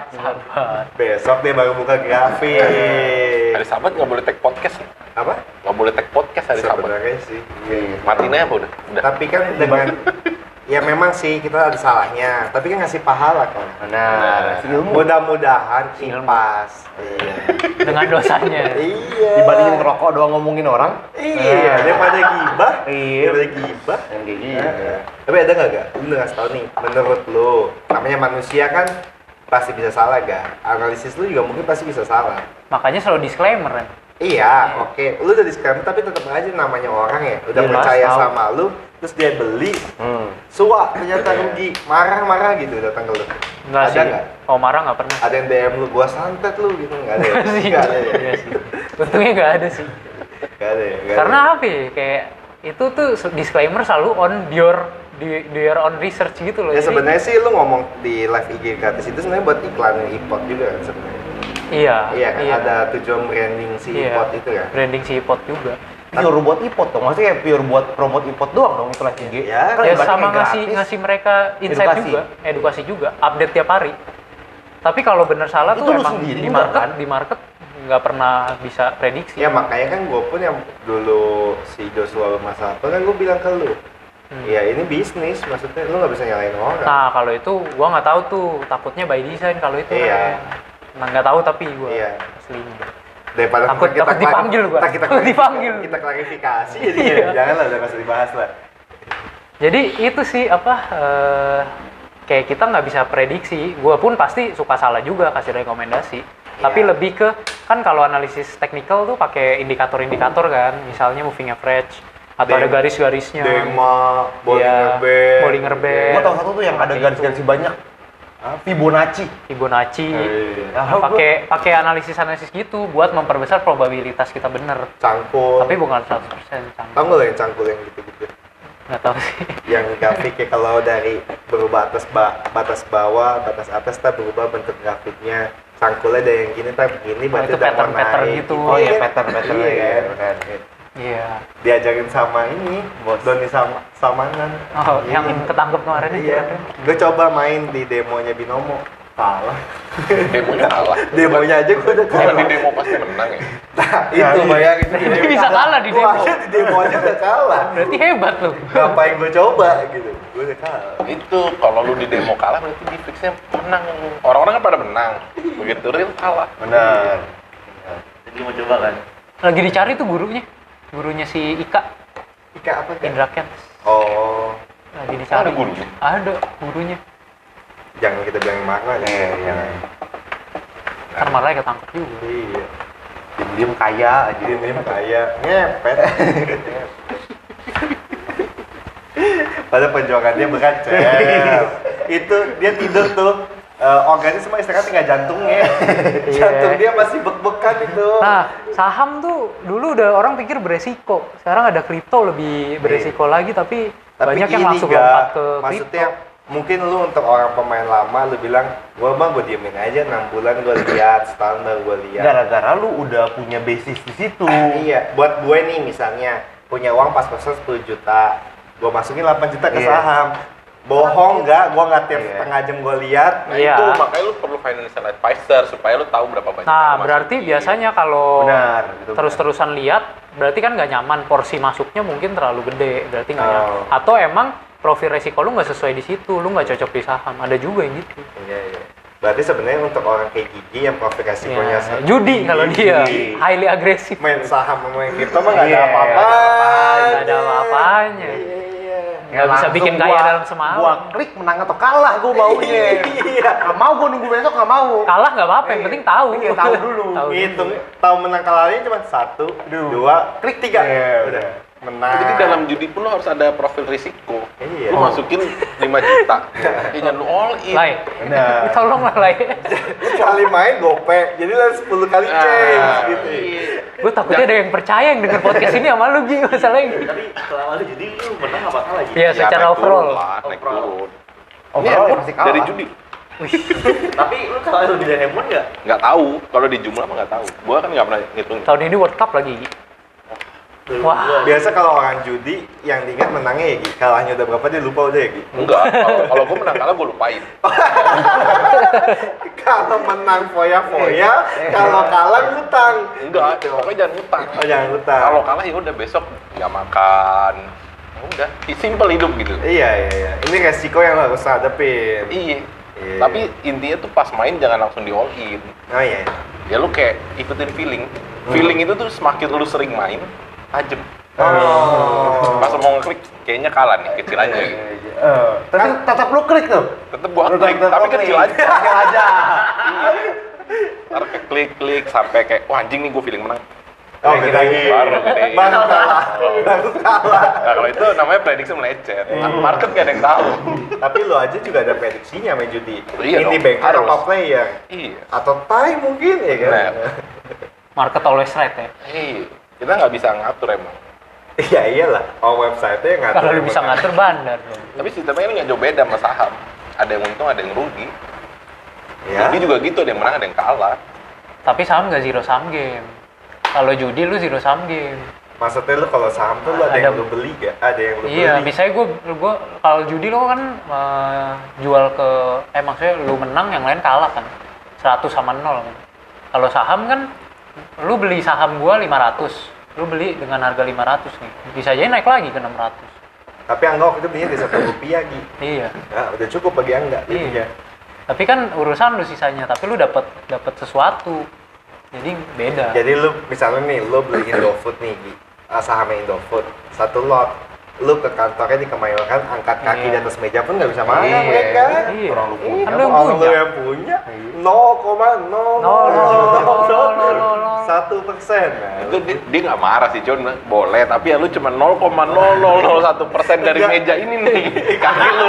Besok dia baru buka grafik. Hari Sabat nggak boleh take podcast ya? Apa? Nggak boleh take podcast hari Sabat. Sebenarnya sih. Iya. Matiin aja apa udah? Tapi kan dengan ya memang sih kita ada salahnya, tapi kan ngasih pahala kan. Benar. Ilmu. Mudah-mudahan impas. Iya. Dengan dosanya. Iya. Dibandingin ngerokok doang ngomongin orang. Iya, daripada gibah. Iya. Daripada gibah. Yang kayak gitu. Tapi ada nggak gak? Lu ngasih tau nih, menurut lu, namanya manusia kan pasti bisa salah gak? Analisis lu juga mungkin pasti bisa salah. Makanya selalu disclaimer kan. Iya, oke. Lu udah disclaimer tapi tetap aja namanya orang ya. Udah Iya, percaya tahu. sama lu, terus dia beli, suak ternyata rugi, marah-marah gitu datang ke lu. Enggak Ada sih. nggak? Oh marah nggak pernah. Ada yang DM lu, gua santet lu gitu, nggak ada ya? Sih. Nggak ada ya? Iya sih. Untungnya nggak ada sih. Nggak ada ya? Nggak Karena ada. apa ya? Kayak itu tuh disclaimer selalu on your own research gitu loh. Ya Jadi, sebenarnya sih lu ngomong di live IG gratis itu sebenarnya buat iklan iPod juga kan sebenarnya. iya. Iya kan, ada tujuan branding si Iya. iPod itu kan. Branding si iPod juga. Pure buat iPod dong, maksudnya kayak pure buat promote iPod doang dong itu live IG. Ya, Kan Ya ibaratnya sama kayak gratis. ngasih mereka insight Edukasi. juga, edukasi juga, update tiap hari. Tapi kalau bener salah Itu tuh lu emang sendiri di juga market, kan? di market nggak pernah bisa prediksi. Ya makanya kan gue pun yang dulu si Joshua bermasalah kan gue bilang ke lu, ya ini bisnis, maksudnya lu nggak bisa nyalain orang. Nah kalau itu gua nggak tahu tuh, takutnya by design kalau itu. Iya. Nah nggak tahu tapi gua Iya. aslinya. Daripada Takut dipanggil gua. kita Takut dipanggil. kita klarifikasi jadi Iya. ya janganlah, udah usah dibahas lah. Jadi itu sih kayak kita nggak bisa prediksi. Gua pun pasti suka salah juga kasih rekomendasi. Tapi Iya. lebih ke kan kalau analisis teknikal tuh pakai indikator-indikator kan, misalnya moving average atau ada garis-garisnya. Dema, Iya, Bollinger Band. Gua tahu satu tuh yang ada garis-garis banyak. Fibonacci. Fibonacci. Iya. Nah, pakai analisis gitu buat memperbesar probabilitas kita bener. Cangkul. Tapi bukan 100% cangkul. Tahu nggak lo yang cangkul yang gitu-gitu? Nggak tahu sih. Yang grafiknya kalau dari berubah batas bawah, batas atas tak berubah bentuk grafiknya. Cangkulnya ada yang gini, tak begini, berarti itu udah mau pattern-pattern naik. gitu. Oh iya, kan? pattern Iya, iya, kan? benar. Iya. Diajarin sama ini, Doni Salmanan. Oh, yang ketangkep kemarin itu. Iya. Gue coba main di demonya Binomo. Kalah. Demonya kalah. Demonya aja gue udah Kalau kalah. di demo pasti menang ya. Nah, itu bayangin. Tapi bisa kalah di Gua demo. aja di demo aja udah kalah. Berarti hebat loh. Ngapain gue coba gitu. Gue udah kalah. Itu kalau lu di demo kalah berarti di fixnya menang. Orang-orang kan pada menang. Begitu real kalah. Benar. Jadi mau coba kan? Lagi dicari tuh gurunya si Ika Ika apa kan? Indra Kent. Oh, Lagi dicari. Ada gurunya? Ada gurunya. jangan kita bilang marah ya. Jangan. Ntar malah ketangkep juga. Iya. Diem kaya aja. Diem kaya ngepet. Pada perjuangannya berat, Cel. Itu dia tidur tuh. Organnya semua istirahat, tinggal jantungnya. Jantung dia masih bek-bekan itu. Nah, saham tuh dulu udah orang pikir beresiko. Sekarang ada kripto lebih beresiko lagi, tapi banyak yang ini langsung Ga, lompat ke maksudnya kripto. mungkin lu untuk orang pemain lama lu bilang gue diemin aja 6 bulan gue lihat, setahun baru gue lihat. Gara-gara lu udah punya basis di situ. Iya, buat gue nih misalnya punya uang pas-pasan 10 juta, gue masukin 8 juta ke Iya. saham. Bohong nggak? Gue nggak tiap Iya. setengah jam gue lihat. Nah Iya. itu makanya lu perlu financial advisor supaya lu tahu berapa banyak. Nah, yang berarti masukin. biasanya kalau Benar, gitu. terus-terusan lihat, berarti kan nggak nyaman. Porsi masuknya mungkin terlalu gede, berarti nggak Oh. nyaman. Atau emang profil resiko lu nggak sesuai di situ, lu nggak cocok di saham. Ada juga yang gitu. Iya. Berarti sebenarnya untuk orang kayak Gigi yang profil resikonya Ya, judi kalau dia highly agresif. main saham sama main kripto mah nggak ada apa-apa. Nggak ada apa-apanya. Nggak bisa bikin kaya dalam semalam. Gua klik menang atau kalah gua maunya. Iya. Nggak mau gua nunggu besok nggak mau. Kalah nggak apa-apa, yang penting tahu. Iya, tahu dulu. Tahu Ngitung tahu menang kalahnya cuma 1, 2, klik 3. Iya, Udah. Menang. Jadi dalam judi pun lo harus ada profil risiko. Iya. Lo masukin 5 juta. Jangan lo all in. Lai, Nah. tolonglah Lai. Sekali main gope, jadi lah 10 kali change gitu. Gue takutnya ada yang percaya yang denger podcast ini sama lu Gi, masalahnya. Tapi selama lu jadi lu menang apa kalah gitu? Iya, Ya, secara naik overall. turun lah, naik turun. Overall Ini pasti kalah. dari judi. Tapi lu kalah lebih dari Hemon nggak? Nggak tahu. Kalau di jumlah mah nggak tahu. Gua kan nggak pernah ngitung. Tahun ini World Cup lagi. Gi. Wah. Biasa kalau orang judi yang diingat menangnya ya, Gi. Kalahnya udah berapa dia lupa udah ya, Gi. Enggak. Kalau gua menang kalah gua lupain. Kalau menang foya-foya, kalau kalah ngutang. Enggak. Pokoknya jangan utang. Oh, jangan ngutang. Kalau kalah ya udah besok nggak makan. Ya udah, simple hidup gitu. Iya. Ini resiko yang harus hadapin. Iya. Iya. Tapi intinya tuh pas main jangan langsung di all in. Oh iya. Ya lu kayak ikutin feeling. Feeling itu tuh semakin lu sering main, tajem. Oh. Pas mau ngeklik kayaknya kalah nih, kecil aja gitu. Tapi tetap lu klik tuh. Tetep gua Tetep- klik, tetep tapi klik. kecil aja. Kecil aja. Ntar klik sampai kayak wah anjing nih gua feeling menang. Oh, gede. Baru gede. Baru kalah. Nah, kalau itu namanya prediksi melencet. Market gak ada yang tahu. Tapi lo aja juga ada prediksinya main judi. Iya Ini dong, banker harus. apa player? Iya. Atau time mungkin ya kan? Nah. Market always right ya. Iya. Kita nggak bisa ngatur emang. Iya iyalah. Oh website-nya yang ngatur. Kalau lu bisa ngatur bandar dong. Tapi sistemnya ini nggak jauh beda sama saham. Ada yang untung, ada yang rugi. Ya. Judi juga gitu, ada yang menang, ada yang kalah. Tapi saham nggak zero sum game. Kalau judi lu zero sum game. Maksudnya lu kalau saham tuh lu ada yang Ada- lu beli gak? Ada yang lu Iya, beli. misalnya gue kalau judi lo kan jual ke maksudnya lu menang yang lain kalah kan. 100 sama 0 kan. Kalau saham kan lu beli saham gua 500, lu beli dengan harga 500 nih. Bisa aja naik lagi ke 600. Tapi Angga waktu itu belinya di 1 rupiah Gi. Iya. Nah, udah cukup bagi Angga. Iya. Tapi kan urusan lu sisanya, tapi lu dapat sesuatu. Jadi beda. Jadi lu misalnya nih, lu beli Indofood nih Gi. Sahamnya Indofood, 1 lot. Lu ke kantornya di Kemayoran, angkat kaki Iya. di atas meja pun nggak bisa makan Iya. mereka. Iya. Orang lu punya. Kan lu yang Orang lu punya. yang punya 0,001%. Itu dia nggak marah sih, John. Boleh, tapi ya lu cuma 0,0001% dari Enggak. meja ini nih. Kaki lu.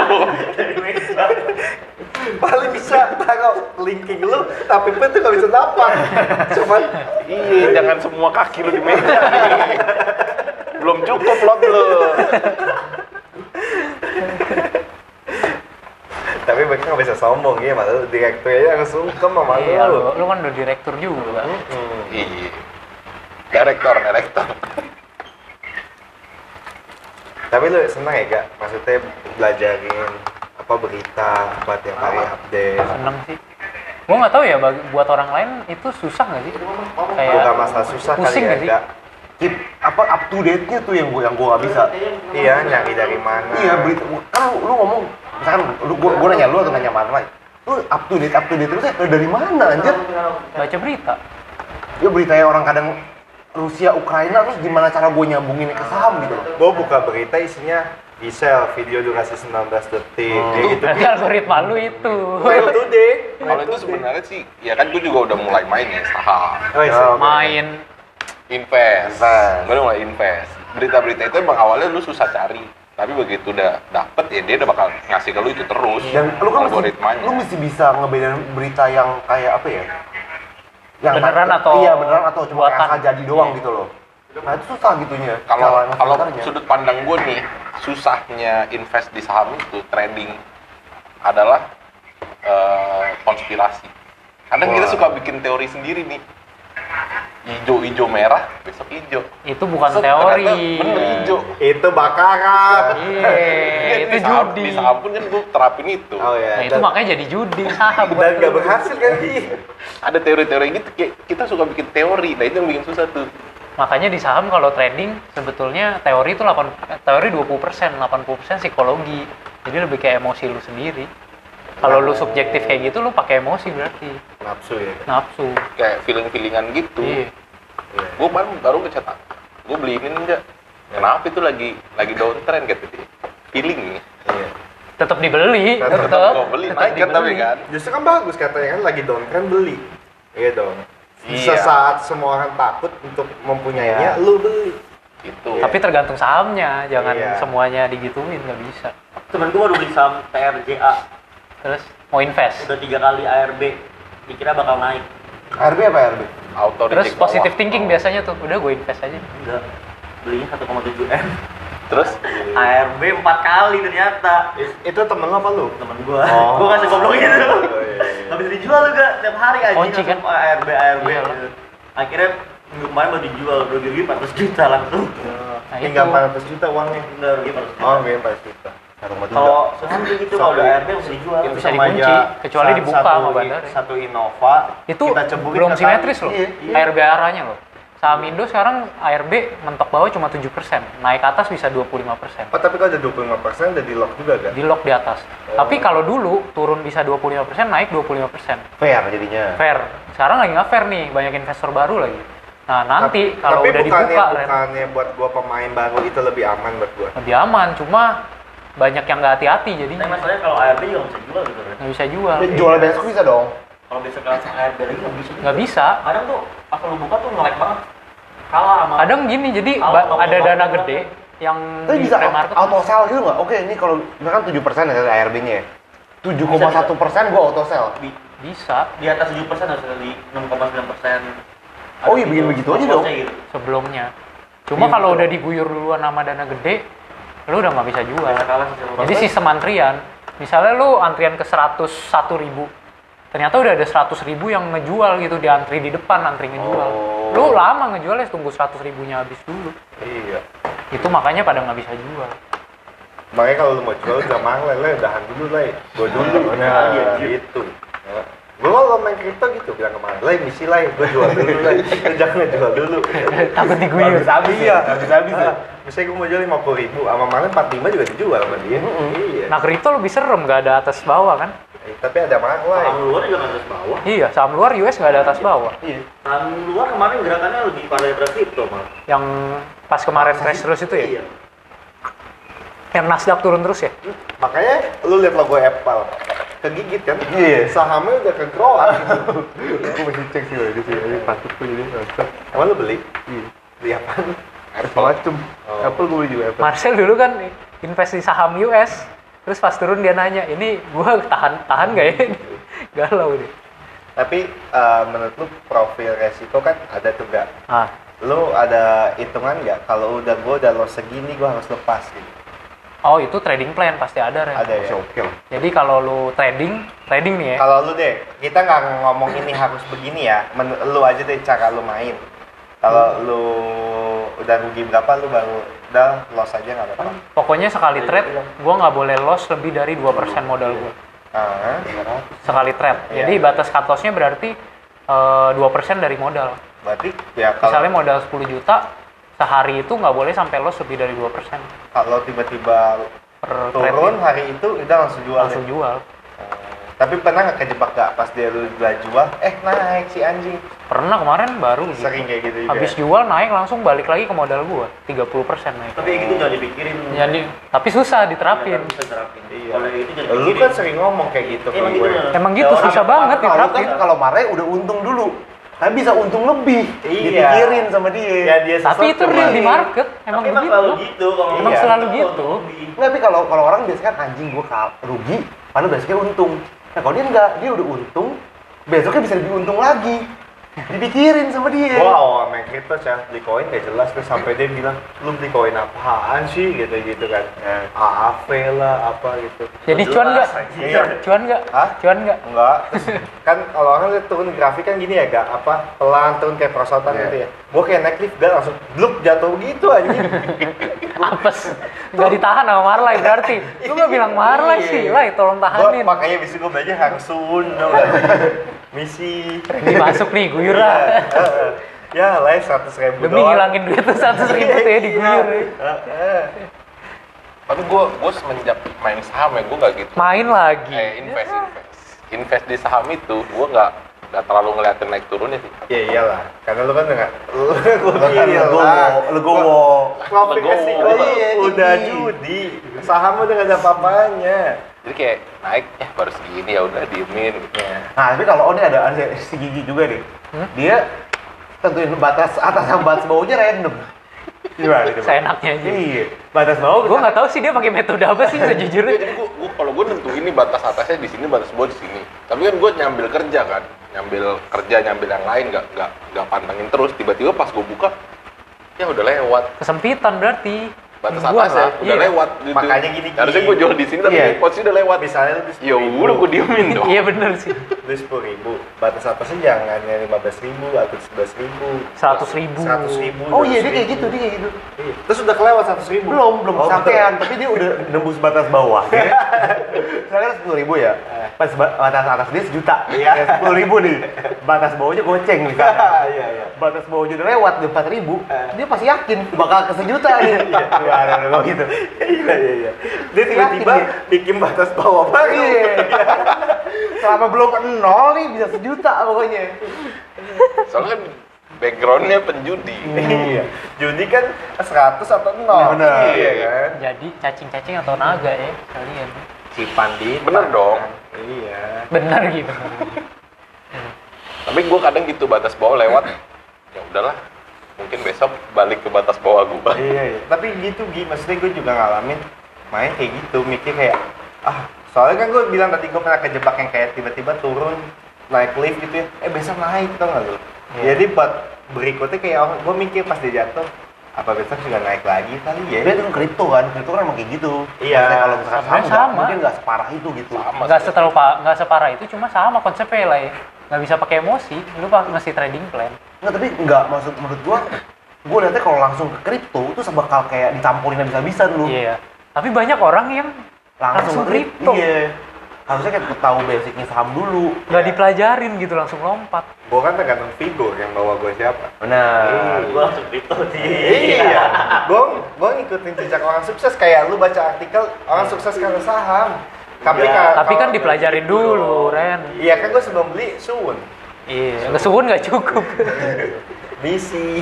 Paling bisa taruh linking lu, tapi pun tuh nggak bisa dapat. Cuman Iya, jangan semua kaki lu di meja nih. Belum cukup lot lu. tapi mereka nggak bisa sombong ya, malu direkturnya harus sungkem sama Iya, lu. lu kan udah direktur juga. Iya. Direktor. Tapi lu seneng ya gak? Maksudnya belajarin apa berita, apa tiap hari update. Seneng sih. Gua nggak tahu ya buat orang lain itu susah nggak sih? Kayak Bukan masalah susah pusing kali ya, nggak sih? Gak? Keep apa up to date-nya tuh yang gua nggak bisa. Iya, nyari dari mana? Iya, berita kan lu ngomong misalkan gua nanya lu atau nanya mana lagi. Lu up to date terus dari mana anjir? Baca berita. Ya beritanya orang kadang Rusia Ukraina terus gimana cara gue nyambungin ke saham gitu loh. Gua buka berita isinya di sel video durasi 19 detik kayak gitu. Nanti algoritma lu itu. Well today. Kalau itu sebenarnya sih, ya kan gue juga udah mulai main ya saham, Oh, iya. Ya, Main. invest. Invest. Gue udah mulai invest. Berita-berita itu emang awalnya lu susah cari, tapi begitu udah dapet ya dia udah bakal ngasih ke lu itu terus. Dan lu kan algoritmanya. lu mesti bisa ngebedain berita yang kayak apa ya? Yang Beneran atau iya beneran atau cuma kayak buatan? asal jadi doang gitu loh. Nah itu susah gitunya. Kalau cara kalau ngefilternya. sudut pandang gue nih, susahnya invest di saham itu trading adalah konspirasi. Kadang kita Wah. suka bikin teori sendiri nih. Ijo merah, besok hijau. Itu bukan Set, teori. ternyata bener hijau. Itu bakaran. Iya, itu Di saham- judi. Di saham pun kan gue terapin itu. Oh ya. Nah, itu makanya jadi judi saham. dan gak berhasil kan Gi? Ada teori-teori gitu, kayak kita suka bikin teori, nah itu yang bikin susah tuh. Makanya di saham kalau trading sebetulnya teori itu 20%, 80% psikologi. Jadi lebih kayak emosi lu sendiri. Kalau lu subjektif kayak gitu, lu pakai emosi berarti. Nafsu ya. Nafsu. Kayak feeling-feelingan gitu. Iya. Gue baru ngecetak. Gue beli ini enggak. Kenapa itu lagi downtrend gitu dia. Feeling nih. Iya. Tetap dibeli, Tetep gua beli, naik kan tapi kan. Justru kan bagus katanya kan lagi downtrend beli. Iya dong. Iya. Sesaat semua orang takut untuk mempunyainya, lu beli. Gitu. Tapi tergantung sahamnya, jangan Iya. semuanya digituin, nggak bisa. Temen gue baru beli saham TRJA, Terus mau invest. udah 3 kali ARB, dikira bakal naik. ARB apa ARB? Auto Terus reject positive bawah. thinking biasanya tuh, udah gue invest aja. Enggak, belinya 1,7 M. Terus ARB 4 kali ternyata. Itu temen lo apa lu? Temen gua, Oh. gua kasih goblok gitu. Oh, iya. Nggak bisa dijual juga tiap hari aja. Kunci kan? ARB Iya lah. gitu. Akhirnya minggu kemarin baru dijual, rugi 400 juta langsung. Nah, Tinggal itu. 400 juta uangnya. Udah rugi 400 juta. Oh, gini 400 juta. Kalau saham gitu kalau udah ARB bisa dijual. Itu bisa dikunci, kecuali dibuka sama bandar. Satu Innova, Itu kita ceburin belum ke simetris kali. loh. Iya. ARB arahnya loh. Saham Indo sekarang ARB mentok bawah cuma 7%, naik ke atas bisa 25%. Oh, tapi kalau ada 25% udah di lock juga kan? Di lock di atas. Tapi kalau dulu turun bisa 25%, naik 25%. Fair jadinya. Fair. Sekarang lagi nggak fair nih, banyak investor baru lagi. Nah, nanti kalau tapi udah dibuka, Ren, bukannya buat gua pemain baru itu lebih aman buat gua. lebih aman. Cuma banyak yang nggak hati-hati Tapi jadinya. masalahnya kalau ARB juga nggak bisa jual gitu kan. Nggak bisa jual. Jual besok bisa dong. Kalau besok langsung ARB lagi nggak bisa. Nggak bisa. Kadang tuh pas lu buka tuh nge-lag banget. Kalah sama. Kadang gini, jadi Kalau ada mau dana banget, gede yang Tapi di bisa pre-market. auto sell gitu nggak? Oke, ini kalau misalkan 7% ya ARB-nya ya. 7,1% gua auto sell. Bisa Di atas 7% harus ada di 6,9%. Oh iya, bikin begitu aja dong. Gitu. sebelumnya. Cuma Iya, kalau betul. udah diguyur duluan sama dana gede, lu udah nggak bisa jual. Bisa kalah sih sama Jadi sistem antrian, misalnya lu antrian ke 101.000, ternyata udah ada 100.000 yang ngejual gitu, diantri di depan, antri ngejual. Oh. Lu lama ngejualnya, tunggu 100.000-nya habis dulu. Iya. Itu makanya pada nggak bisa jual. Makanya kalau lu mau jual jangan le, udahan dulu le. Gua dulu. Nah, gitu. Gua kalau main kripto gitu bilang kemarin, le misi le, gua jual dulu le. Lu jangan jual dulu. Takut diguyur. Habis ya, habis ya. Misalnya gua mau jual 50.000, sama malam 45 juga dijual sama dia. Iya. Nah, kripto lebih serem, nggak ada atas bawah kan? Tapi ada mahal Saham luar juga nggak atas bawah. Iya, saham luar US nggak ada atas bawah. Iya. Saham luar kemarin gerakannya lebih pada daripada kripto malah. Yang pas kemarin crash terus itu ya? Iya. Yang Nasdaq turun terus ya? Makanya lu lihat logo Apple, kegigit kan? Iya. Sahamnya udah kegroan gitu. Aku masih cek sih di sini patut tuh jadi nonton. Emang lu beli? Iya. Beli apa? Macam Oh. Apple gue juga Apple. Marcel dulu kan invest di saham US, terus pas turun dia nanya, ini gua tahan nggak ya? Galau deh. Tapi menurut lu profil resiko kan ada tuh gak? Ah, Lu ada hitungan nggak? Kalau gua udah loss segini gua harus lepas gitu. oh itu trading plan pasti ada, Ren. Ada ya? Oke lah. Jadi kalau lu trading nih ya. Kalau lu deh, kita nggak ngomong ini harus begini ya. Lu aja deh cara lu main. Kalau lu udah rugi berapa lu baru udah loss aja nggak apa-apa. Pokoknya sekali trade, gua nggak boleh loss lebih dari 2% modal gua. Ah, Sekali trade. Iya. Jadi batas cut loss-nya berarti 2% dari modal. berarti ya Misalnya kalau modal 10 juta, sehari itu nggak boleh sampai loss lebih dari 2% kalau tiba-tiba per turun trade. hari itu udah langsung jual. Langsung deh. jual. Tapi pernah nggak kejebak gak pas dia lu udah jual, naik si anjing. Pernah kemarin baru gitu. Sering kayak gitu juga. Habis jual naik langsung balik lagi ke modal gua, 30% naik. Tapi gitu jangan dipikirin. Jadi, tapi susah diterapin. Bisa terapin. Iya. Kalau kayak gitu jangan Lu dipikirin. kan sering ngomong kayak gitu Emang kalau gitu. gue. Emang gitu, Ya, susah orang- banget Kalau diterapin. kan kalau marah udah untung dulu. Tapi bisa untung lebih. Iya. Dipikirin sama dia. Ya dia Tapi itu sesuatu real di kemarin. market, emang Tapi begitu. selalu gitu. Kalau Emang Iya. selalu gitu. Nggak, tapi kalau orang biasanya kan anjing gua rugi, padahal biasanya untung. Nah kalau dia enggak, dia udah untung, besoknya bisa lebih untung lagi. Dipikirin sama dia. Gua awal main kripto saya beli koin gak jelas terus sampai dia bilang lu beli koin apaan sih gitu kan. AAV lah apa gitu. Jadi cuan nggak? Iya. Cuan nggak? Hah? Cuan nggak? Enggak. Terus kan kalau orang lihat turun grafik kan gini ya gak apa pelan turun kayak perosotan Iya. gitu ya. Gua kayak naik lift gak langsung bluk jatuh gitu anjing. Apes. Nggak ditahan sama Marlai berarti. Lu nggak bilang Marlai Iya. sih, Lai tolong Gua tahanin. makanya bisa gua belajar hangsun tau gak? Misi. Dimasuk nih, guyur Iya. lah. Ya, live 100.000 Demi ngilangin duit tuh 100.000 tuh ya diguyur. Tapi gue semenjak main saham ya, gue nggak gitu. Main lagi. Invest di saham itu, gue nggak terlalu ngeliatin naik turunnya sih. Ya iyalah, karena lu kan enggak legowo. Profit Legowo. resiko lu udah judi. Saham udah enggak ada apa-apanya. Jadi kayak naik, baru segini ya udah diemin. Gitu. Nah, tapi kalau ini ada si Gigi juga nih. Dia tentuin batas atas sama batas bawahnya random. Gimana itu? Seenaknya aja. Iya, batas bawah. Gue nggak tahu sih dia pakai metode apa sih sejujurnya. Jadi gue kalau gue nentuin ini batas atasnya di sini, batas bawah di sini. Tapi kan gue nyambil kerja kan, nyambil yang lain, nggak pantengin terus. Tiba-tiba pas gue buka, ya udah lewat. Kesempitan berarti. Batas Gua atasnya lah, udah iya. lewat. Gitu. Makanya gini. Harusnya gue jual di sini tapi Iya. posisi udah lewat. Misalnya lu Ya udah gue diemin dong. Iya bener sih. Lu 10.000, batas atasnya jangan yang 15.000 atau 11.000. 100.000. 100.000. Oh iya, dia 200.000. kayak gitu, dia kayak gitu. Iya. Terus udah kelewat 100.000. Belum Oh, sampean, tapi dia udah nembus batas bawah. Misalnya 10.000 ya, pas batas atas dia 1 juta. Iya. Ya 10.000 nih, batas bawahnya goceng nih kan. Iya. Batas bawahnya udah lewat, udah 4.000, dia pasti yakin bakal ke 1 juta nih. Iya, ada gitu. Iya. Dia tiba-tiba Yakin bikin batas bawah baru. Iya. Selama belum ke 0 nih bisa 1 juta pokoknya. Soalnya kan backgroundnya penjudi. Iya. Judi kan 100 atau 0. Benar. Iya kan? Jadi cacing-cacing atau naga ya kalian. Cipandi. Bener dong. Iya. Bener gitu. Tapi gue kadang gitu batas bawah lewat, ya udahlah. Mungkin besok balik ke batas bawah gue. Iya. Tapi gitu maksudnya gue juga ngalamin main kayak gitu, mikir kayak soalnya kan gue bilang tadi gue pernah kejebak yang kayak tiba-tiba turun naik lift gitu ya, besok naik tau gak lu? Jadi buat berikutnya kayak gue mikir pas dia jatuh, apa besok juga naik lagi kali ya? Dia tuh kripto kan emang kayak gitu. Iya. Maksudnya kalau misalkan Sebenarnya saham sama. mungkin nggak separah itu gitu. Sama Nggak separah itu, cuma sama konsepnya lah ya. Nggak bisa pakai emosi, lu mesti trading plan. Nggak, tapi nggak, menurut gua lihatnya kalau langsung ke kripto itu bakal kayak dicampurin habis-habisan lu. Iya. Tapi banyak orang yang langsung kripto. Iya. Harusnya kayak tahu basicnya saham dulu. Nggak dipelajarin gitu, langsung lompat. Gue kan tergantung figur yang bawa gue siapa. Benar. Gue langsung kripto sih. Iya. Gue ngikutin jejak orang sukses kayak lu baca artikel orang sukses karena saham. Tapi Kan dipelajarin dulu, Ren. Iya kan gue sebelum beli suun. Iya, ngesuhun nggak cukup. Misi.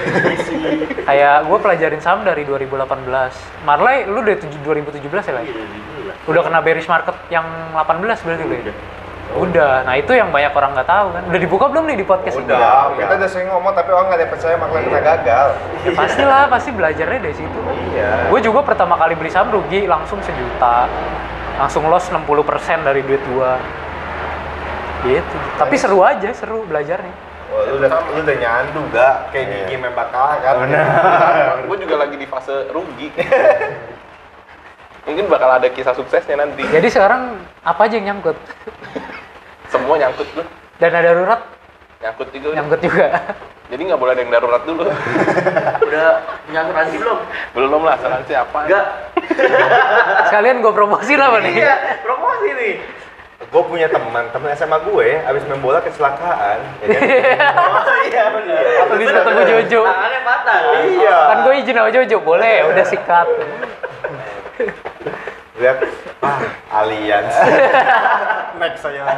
Kayak gue pelajarin saham dari 2018. Marley, lu dari 2017 ya, Lai? Udah kena bearish market yang 18 berarti lu ya? Udah, nah itu yang banyak orang nggak tahu kan. Udah dibuka belum nih di podcast ini? Udah, kita udah sering ngomong tapi orang nggak ada yang percaya makanya kita gagal. Ya pastilah, pasti belajarnya dari situ. Iya. Gue juga pertama kali beli saham rugi langsung 1 juta. Langsung loss 60% dari duit gua. Gitu. Tapi seru aja, seru belajarnya. Wah, lu udah nyandu gak? Kayak Gigi main bakal kan? Gue juga lagi di fase rugi. Mungkin bakal ada kisah suksesnya nanti. Jadi sekarang apa aja yang nyangkut? Semua nyangkut tuh. Dana darurat Nyangkut juga. nyangkut juga. Jadi nggak boleh ada yang darurat dulu. Udah punya asuransi belum? Belum lah, asuransi apa? Enggak. Sekalian gue promosi lah nih. Iya, promosi nih. Gue punya teman SMA gue abis main bola kecelakaan. Ya kan? Oh iya benar. Habis ketemu Jojo. Tangannya patah. Iya. Kan gue izin sama Jojo, boleh, udah sikat. Lihat, Allianz. Next saya lah.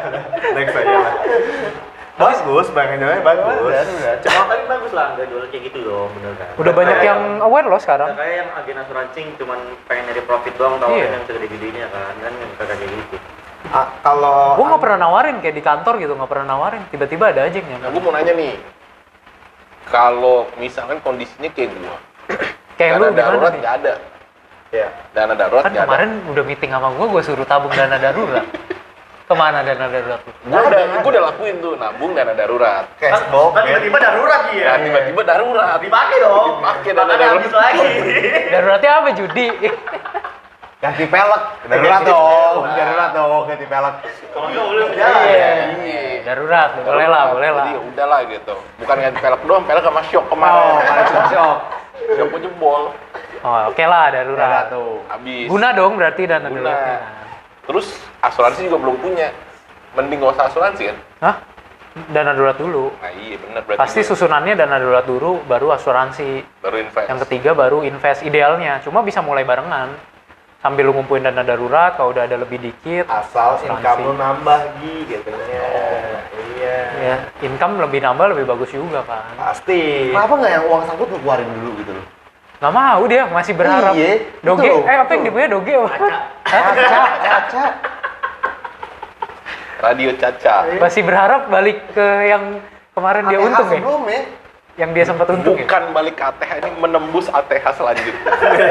Bagus, Bang Indonya bagus. Cuma tapi bagus lah, nggak jual kayak gitu dong, bener kan? Udah banyak yang aware loh sekarang. Nggak kayak yang agen asuransi cuman pengen nyari profit doang, tahu Iya. yang segede-gedenya kan kayak gitu. Kalau Gue nggak pernah nawarin kayak di kantor gitu, nggak pernah nawarin. Tiba-tiba ada aja yang Nah, nyampe. gue mau nanya nih, kalau misalkan kondisinya kayak gua, Kayak lu dana gimana darurat nih? nggak ada, ya, dana darurat Kan nggak ada. kemarin udah meeting sama gue suruh tabung dana darurat. Kemana dana darurat lu? Gue udah lakuin tuh, nabung dana darurat. cashbox, Kan tiba-tiba darurat Nah, ya. tiba-tiba darurat. Dipakai dong. Dipakai dana Makanya darurat. habis lagi. Daruratnya apa, judi? Ganti pelek. Darurat dong, ganti pelek. Kalau nggak boleh Iya. Iya. Darurat, boleh lah. Jadi ya udahlah gitu. Bukan ganti pelek doang, pelek sama shock kemarin. Oh, ada shock. Shock pun jebol. Oh, oke lah darurat. tuh. Habis. Guna dong berarti dana Guna. daruratnya. Terus asuransi juga belum punya. Mending gak usah asuransi kan? Hah? Dana darurat dulu. Nah iya bener berarti. Pasti susunannya dana darurat dulu, baru asuransi. Baru invest. Yang ketiga baru invest idealnya. Cuma bisa mulai barengan. Sambil lu ngumpulin dana darurat, kalau udah ada lebih dikit. Asal asuransi. income lu nambah katanya. Iya. Ya, income lebih nambah lebih bagus juga kan. Pasti. Kenapa nggak yang uang sangkut lu keluarin dulu gitu loh? Nggak mau dia, masih berharap. Iya, Doge, betul, apa yang betul. dipunya Doge apa? Caca. Radio Caca. Masih berharap balik ke yang kemarin dia untung ya? Belum ya? Yang dia sempat untung ya? Bukan balik ke ATH, ini menembus ATH selanjutnya.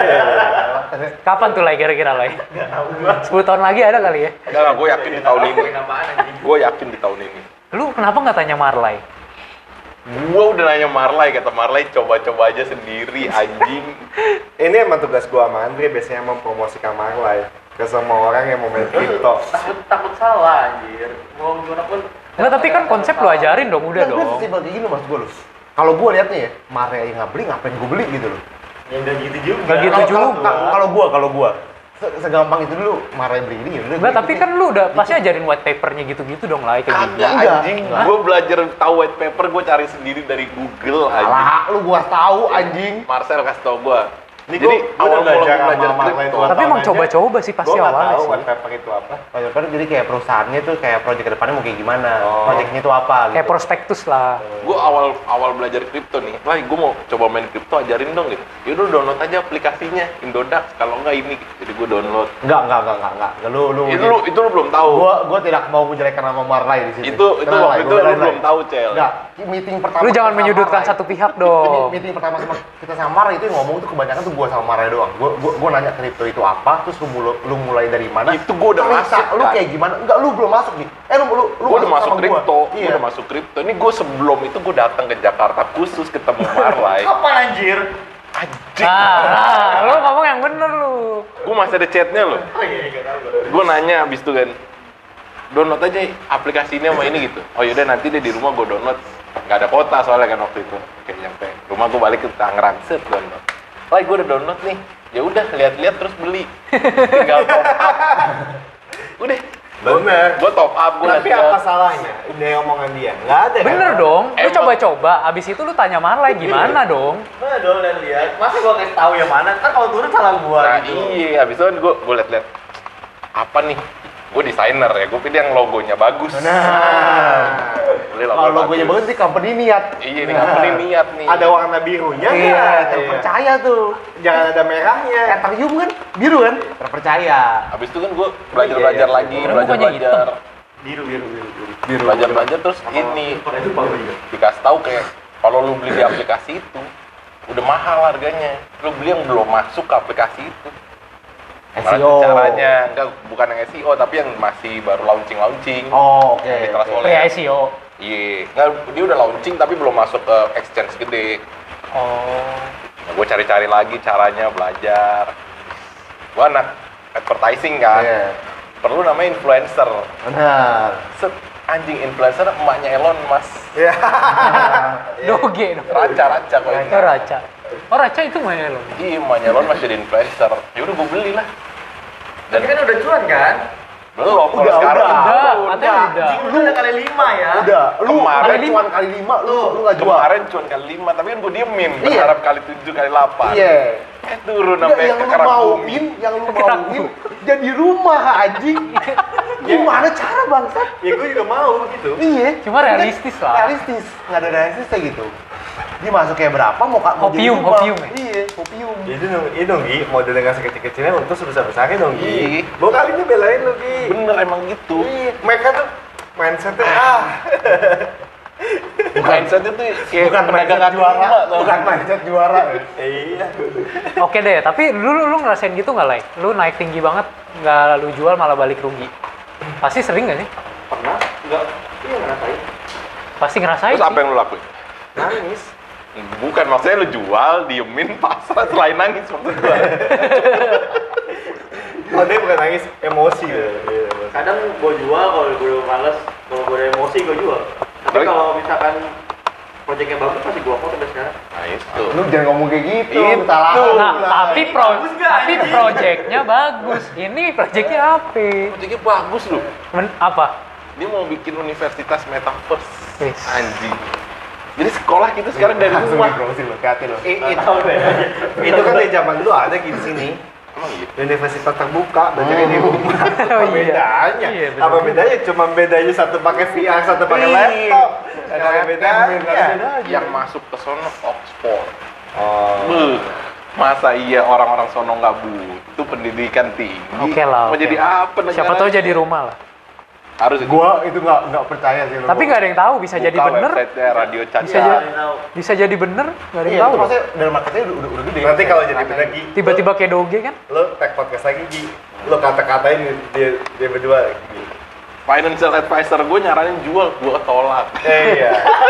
Kapan tuh Lai kira-kira Lai? 10 tahun lagi ada kali ya? Enggak, gue yakin di tahun ini. Gue yakin di tahun ini. Lu kenapa nggak tanya Marlai? Gue udah nanya Marlai, kata Marlai coba-coba aja sendiri, anjing. Ini emang tugas gua sama Andre biasanya mempromosikan Marlai ke semua orang yang mau main kripto. Takut salah anjir. Mau gimana pun. Enggak, tapi kan konsep lu ajarin dong, udah dong. Simpel kayak gini mas gue loh. Kalau gue liatnya ya, Maria yang nggak beli, ngapain gue beli gitu loh. Ya enggak gitu juga. Nggak gitu juga. Kalau gue segampang itu dulu Maria beli ini. Enggak, tapi kan lu udah pasti ajarin white papernya gitu-gitu dong Lai kayak gitu. Kagak Enggak. anjing. Gue belajar tahu white paper, gue cari sendiri dari Google anjing. Alah, lu gua tahu anjing. Marcel kasih tau gue. Ini Jadi gua udah belajar sama belajar Marlai kripto. dua Tapi tahun emang aja. coba-coba sih pasti Gua nggak awalnya tahu sih. white paper itu apa. Project jadi kayak perusahaannya tuh kayak project ke depannya mau kayak gimana, projectnya tuh apa gitu. Kayak prospektus lah. Gue awal belajar kripto nih, lah gue mau coba main kripto, ajarin dong gitu. Yaudah download aja aplikasinya Indodax, kalau enggak ini, jadi gue download. Enggak. Itu lu belum tahu. Gua tidak mau menjelekkan nama Marlai di sini. Itu waktu itu lu belum tahu Cel. Enggak, meeting pertama. Lu jangan sama menyudutkan Marlai. satu pihak dong. Meeting pertama sama kita sama Marlai itu yang ngomong tuh kebanyakan tuh gua sama Marlai doang. Gua nanya kripto itu apa, terus lu mulai dari mana? Itu gua udah Cerita, masuk, Lu kan? kayak gimana? Enggak, lu belum masuk nih. Lu Gue udah masuk sama gua. kripto, gue Iya. udah masuk kripto. Ini gue sebelum itu gue datang ke Jakarta khusus ketemu Marlai. Kapan anjir? Anjing. Lu ngomong yang bener lu. Gue masih ada chatnya loh. Oh iya, enggak tahu. Gue nanya abis itu kan, download aja aplikasi ini sama ini gitu. Oh yaudah nanti deh di rumah gue download. Nggak ada kota soalnya kan waktu itu. Kayak nyampe rumah gue balik ke Tangerang, set download. Lah gue udah download nih. Ya udah lihat-lihat terus beli. Tinggal top up. Udah. Bener. Gue top up, gue Tapi apa salahnya dari omongan dia? Nggak ada kan? Bener dong. Lu Emang. coba-coba, abis itu lu tanya Marlai gimana dong? Mana dong lihat. Masa gua kasih tahu yang mana? Kan kalau turun salah gua Nah gitu. iya, habis itu kan gue liat-liat apa nih? Gue desainer ya, gue pilih yang logonya bagus. Nah, Beli logo kalau logonya bagus sih company niat. Iya, ini company niat nih. Ada warna birunya Iya, nggak? terpercaya tuh. Jangan ada merahnya. Ethereum kan biru kan? Terpercaya. Habis itu kan gue belajar-belajar Iya, lagi, Karena bukannya belajar-belajar. Biru. Belajar-belajar terus ini Itu bagus juga. dikasih tahu kayak kalau lu beli di aplikasi itu udah mahal harganya. Lu beli yang belum masuk ke aplikasi itu. Gimana SEO. caranya? Enggak, bukan yang SEO tapi yang masih baru launching. Oh, oke. Di Trust oke. Wallet. Pre-ICO. Iya, nggak, dia udah launching tapi belum masuk ke exchange gede. Oh. Nah, gue cari-cari lagi caranya, belajar. Gue anak advertising kan, Iya. perlu namanya influencer. Benar. Set, anjing influencer emaknya Elon Mas. Iya. Doge dong. Raca kok ini. Oh, Raca. Oh, Raca itu mana lo? Iya, emaknya Elon Mas jadi influencer. Ya udah gue beli lah. Dan Tapi kan udah cuan kan? belum, kalau Udah, sekarang Udah, belum. katanya udah. Lu udah kali 5 ya. Udah, lu Kemarin kali cuan kali 5 lu nggak jual. Kemarin cuan kali 5, tapi kan gue diemin. Iya. Berharap kali 7, kali 8. Iya. Turun Udah, sampai yang ke lu kerak bumi. mauin, jadi rumah anjing. Gimana cara bangsat? Ya gue juga mau gitu. Iya. Cuma realistis lah. Realistis, nggak ada realistisnya gitu. Dia masuk kayak berapa mau jadi Hopium, rumah. hopium ya? Iya, hopium. Itu dong Gi, model dengan sekecil-kecilnya untuk sebesar-besarnya dong Gi. Iya. Gue kali ini belain lu Gi. Bener emang gitu. Iya, mereka tuh mindsetnya Mindset itu kayak Bukan pedagang mindset kaki juara, lima, tau. bukan mindset juara. Iya. Oke deh, tapi dulu lu ngerasain gitu nggak, Lai? Lu naik tinggi banget, nggak lu jual malah balik rugi. Pasti sering nggak sih? Pernah? Enggak. Iya ngerasain. Pasti ngerasain Terus sih. apa yang lu lakuin? Nangis. Bukan, maksudnya lu jual, diemin, pasrah, selain nangis maksud gua. Oh dia bukan nangis, emosi gitu. Iya, emosi. Kadang gua jual kalau gua udah males, kalau gua udah emosi gua jual. Tapi Tapi- kalau misalkan proyeknya bagus pasti gua hold sampai sekarang. Nah itu. Lu jangan ngomong kayak gitu, Itu. salah. Nah, tapi bagus nggak, anjing? projectnya bagus. Ini projectnya apa? Proyeknya bagus lu. Apa? Dia mau bikin universitas metaverse. Wis. Anjing. Jadi sekolah kita sekarang dari Langsung rumah. browsing lo, hati lo. Itu kan dari zaman dulu ada di sini. Emang iya? Universitas terbuka, belajar di rumah. Oh, Apa iya. bedanya? Iya, bener Apa juga. bedanya? Cuma bedanya satu pakai VR, satu pakai Iya. laptop. Ada laptop, bedanya. Yang masuk ke sono Oxford. Oh. Beuh. Masa iya orang-orang sono nggak butuh pendidikan tinggi? Oke lah, Mau oke jadi lah. apa negara? Siapa tahu jadi rumah lah. Harus itu. Gua itu nggak percaya sih lo. Tapi nggak ada yang tahu, bisa jadi Buka bener, website-nya Radio Caca. bisa bisa jadi bener, nggak ada yang Iya, tahu. itu loh. maksudnya dalam marketnya udah gede. Nanti kalau jadi bener Gi, Tiba-tiba kayak doge kan? lo tag podcast lagi Gi. Lo kata-katain dia berdua. Gi. Financial advisor gue nyaranin jual, gue tolak. Iya.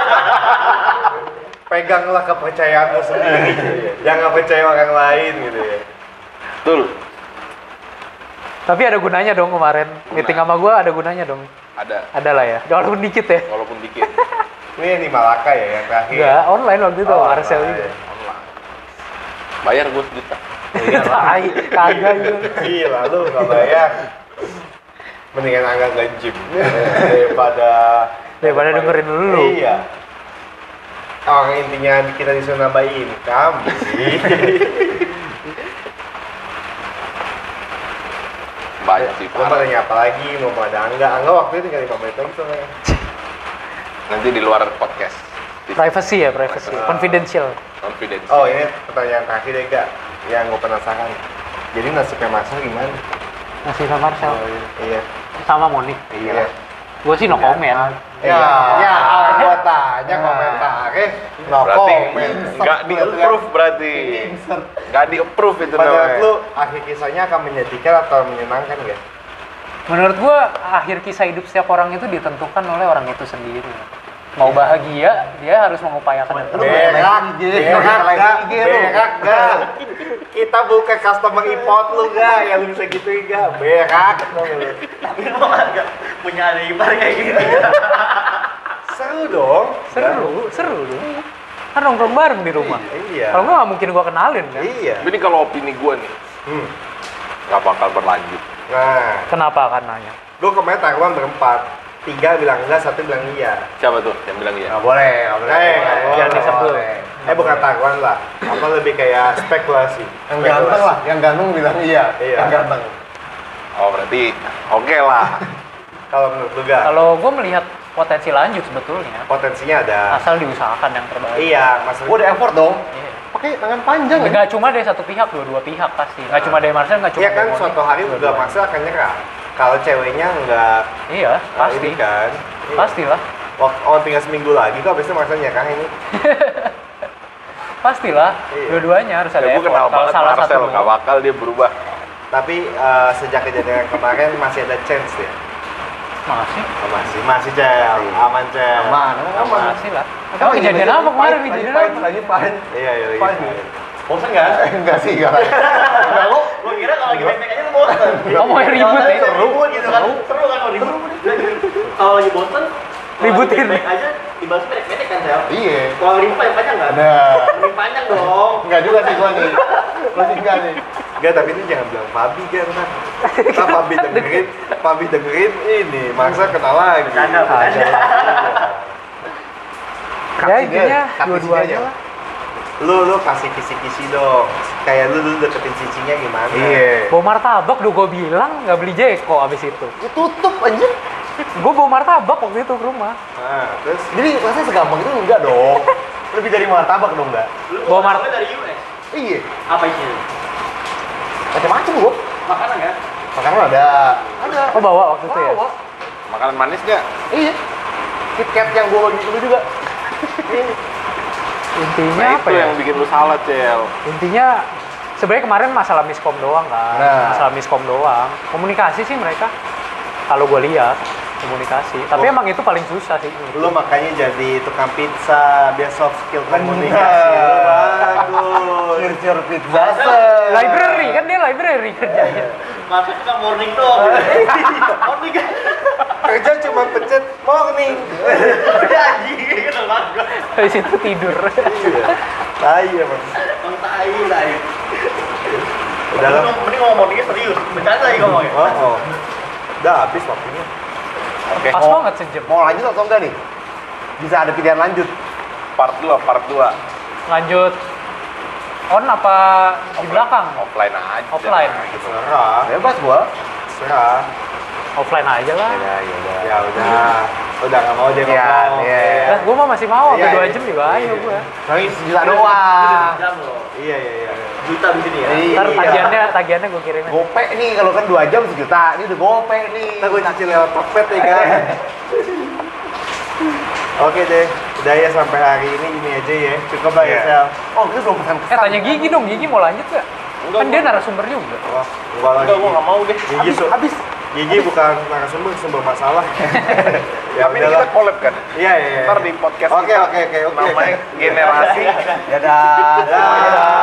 Peganglah kepercayaanmu sendiri. Jangan percaya orang lain gitu ya. Betul. Tapi ada gunanya dong kemarin. Meeting sama gua ada gunanya dong. Ada, Ada lah ya. Walaupun dikit ya. walaupun dikit. Ini Malaka ya yang terakhir. Enggak, online waktu itu, Oh, Marcel online. juga. Online. Bayar gue sejuta. Tai, kagak gitu. Gila lu nggak bayar. Mendingan agak nge-gym daripada dengerin lu. Iya. Oh, intinya kita disuruh nambah income. Banyak sih, Lo mau parah. nanya apa lagi? Mau ada Angga waktu itu tinggal 5 menit lagi soalnya. Nanti di luar podcast. Privacy ya, privacy. Confidential. Confidence. Oh, ini pertanyaan terakhir deh, Kak. Yang gue penasaran. Jadi nasibnya Marcel gimana? Masih sama Marcel. Iya. Sama Monik. Iya. Gua sih no comment. Ya, gua tanya komentarnya. No Berarti comment. nggak di-approve berarti. Nggak di-approve itu Menurut namanya. lu akhir kisahnya akan menyedihkan atau menyenangkan gak? Menurut gua akhir kisah hidup setiap orang itu ditentukan oleh orang itu sendiri. Mau bahagia, dia harus mengupayakan itu. Berak gak? Kita bukan customer import lu gak, yang lu bisa gituin gak? Berak. Tapi lu nggak punya adik ipar kayak gitu. Seru dong. Seru dong. Kan nongkrong bareng di rumah. Iya. Kalau nggak mungkin gua kenalin kan. Iya. Tapi ini kalau opini gue nih, Hmm. nggak bakal berlanjut. Nah, Kenapa karenanya? gua kemarin taruhan berempat. 3 bilang enggak, 1 bilang iya. Siapa tuh yang bilang iya? Nggak boleh, nggak boleh. Jangan disebut. Bukan taruhan lah. Apa lebih kayak spekulasi. Yang ganteng lah, yang ganteng bilang iya. Iya. Yang ganteng. Oh berarti oke lah. Kalau menurut lu gak? Kalau gua melihat potensi lanjut sebetulnya, Potensinya ada. asal diusahakan yang terbaik. Iya, maksudnya. Gua ada effort dong. Iya. Pakai tangan panjang ya. Nggak cuma dari satu pihak, dua pihak pasti. Nggak cuma dari Marcel, nggak cuma Iya kan dari Monik. suatu hari juga Dua-duanya. Marcel akan nyerah. Kalau ceweknya nggak Iya, pasti. ini kan. Iya. Pastilah. Oh, tinggal seminggu lagi kok habis itu Marcel nyerah ini. Pastilah. Iya. Dua-duanya harus ada Ya, gue effort. kenal Kalau banget salah Marcel, satu nggak bakal dia berubah. Tapi sejak kejadian kemarin masih ada chance ya. masih. Oh, masih Cel. Aman Cel. Aman. Masih lah. Kamu kejadian apa kemarin? Kejadian apa? Lagi pahin. Iya, iya. Pahin. Iya. Bosan nggak? Enggak sih, enggak. Enggak lo. Gua kira kalau lagi baik-baik aja lu bosan. Oh, mau ribut ya? Seru gitu kan. Seru kan kalau ribut. Kalau lagi bosan, kalau Ributin. lagi baik-baik aja dibalas pendek-pendek kan, Sel. Iya. Kalau ribut panjang nggak? Ada. Lebih panjang dong. Enggak juga sih gua nih. Masih enggak nih. Enggak, tapi ini jangan bilang Fabi kan. Ntar Fabi dengerin ini, Marcel kenal lagi. Bercanda, bercanda. Ya intinya dua-duanya lah. Lu kasih kisi-kisi dong. Kayak lu deketin cicinya gimana? Iya. Bawa martabak udah gue bilang nggak beli Jeko abis itu. Tutup anjir. Gue bawa martabak waktu itu ke rumah. Nah, terus Jadi rasanya segampang itu enggak dong. Lebih dari martabak dong enggak? Lu Bawa bawa martabak dari US. Iya. Apa isinya? Macam-macam gua. Makanan kan? Makanan ada. Ada. Oh bawa waktu itu ya? Bawa. Makanan manis nggak? Iya. KitKat yang gua bagi dulu juga. Intinya Nah apa itu ya? yang bikin lu salah, Cel. Intinya sebenarnya kemarin masalah miskom doang kan. Nah. Masalah miskom doang. Komunikasi sih mereka. Kalau gue lihat komunikasi. Tapi emang itu paling susah sih. lu makanya jadi tukang pizza biar soft skill komunikasi lu bagus. Cir-cir pizza. Library kan dia library kerjanya. Masuk ke morning tuh. Morning kan? Kerja cuma pencet morning. Udah anjing, gitu banget. Habis itu tidur. Iya. Tai emang. Bang tai. Udah lah. Mending ngomong morningnya serius. Bercanda lagi ngomongnya. Oh. Udah habis waktunya. Oke. Pas banget sejam. Mau lanjut atau enggak nih? Bisa ada pilihan lanjut. Part 2. Lanjut on apa di belakang? Offline aja. Offline. Gitu. Serah. Bebas gua. Serah. Offline aja lah. Ya udah nggak mau dia ngomong. Iya. Lah, gua mah masih mau sampai Iya, 2 iya. jam juga ayo gua. Tapi sejuta doang. Jam loh. Iya. Juta di sini ya. Ntar Iya. tagihannya gua kirimin. Gope nih kalau kan 2 jam sejuta. Ini udah gope nih. Kita gue cicil lewat Tokped ya kan. Oke deh, udah ya sampai hari ini aja ya. Cukup lah ya, Iya. Sel. Oh, kita belum pesan Tanya Gigi dong, Gigi mau lanjut gak? Enggak, Kan dia narasumber juga. Wah, gua lagi. Enggak, gua nggak mau deh. Gigi habis. Gigi bukan narasumber, sumber masalah. Ya Tapi ini kita collab kan? Iya. Ntar di podcast Oke. kita namanya generasi Dadah. Dadah.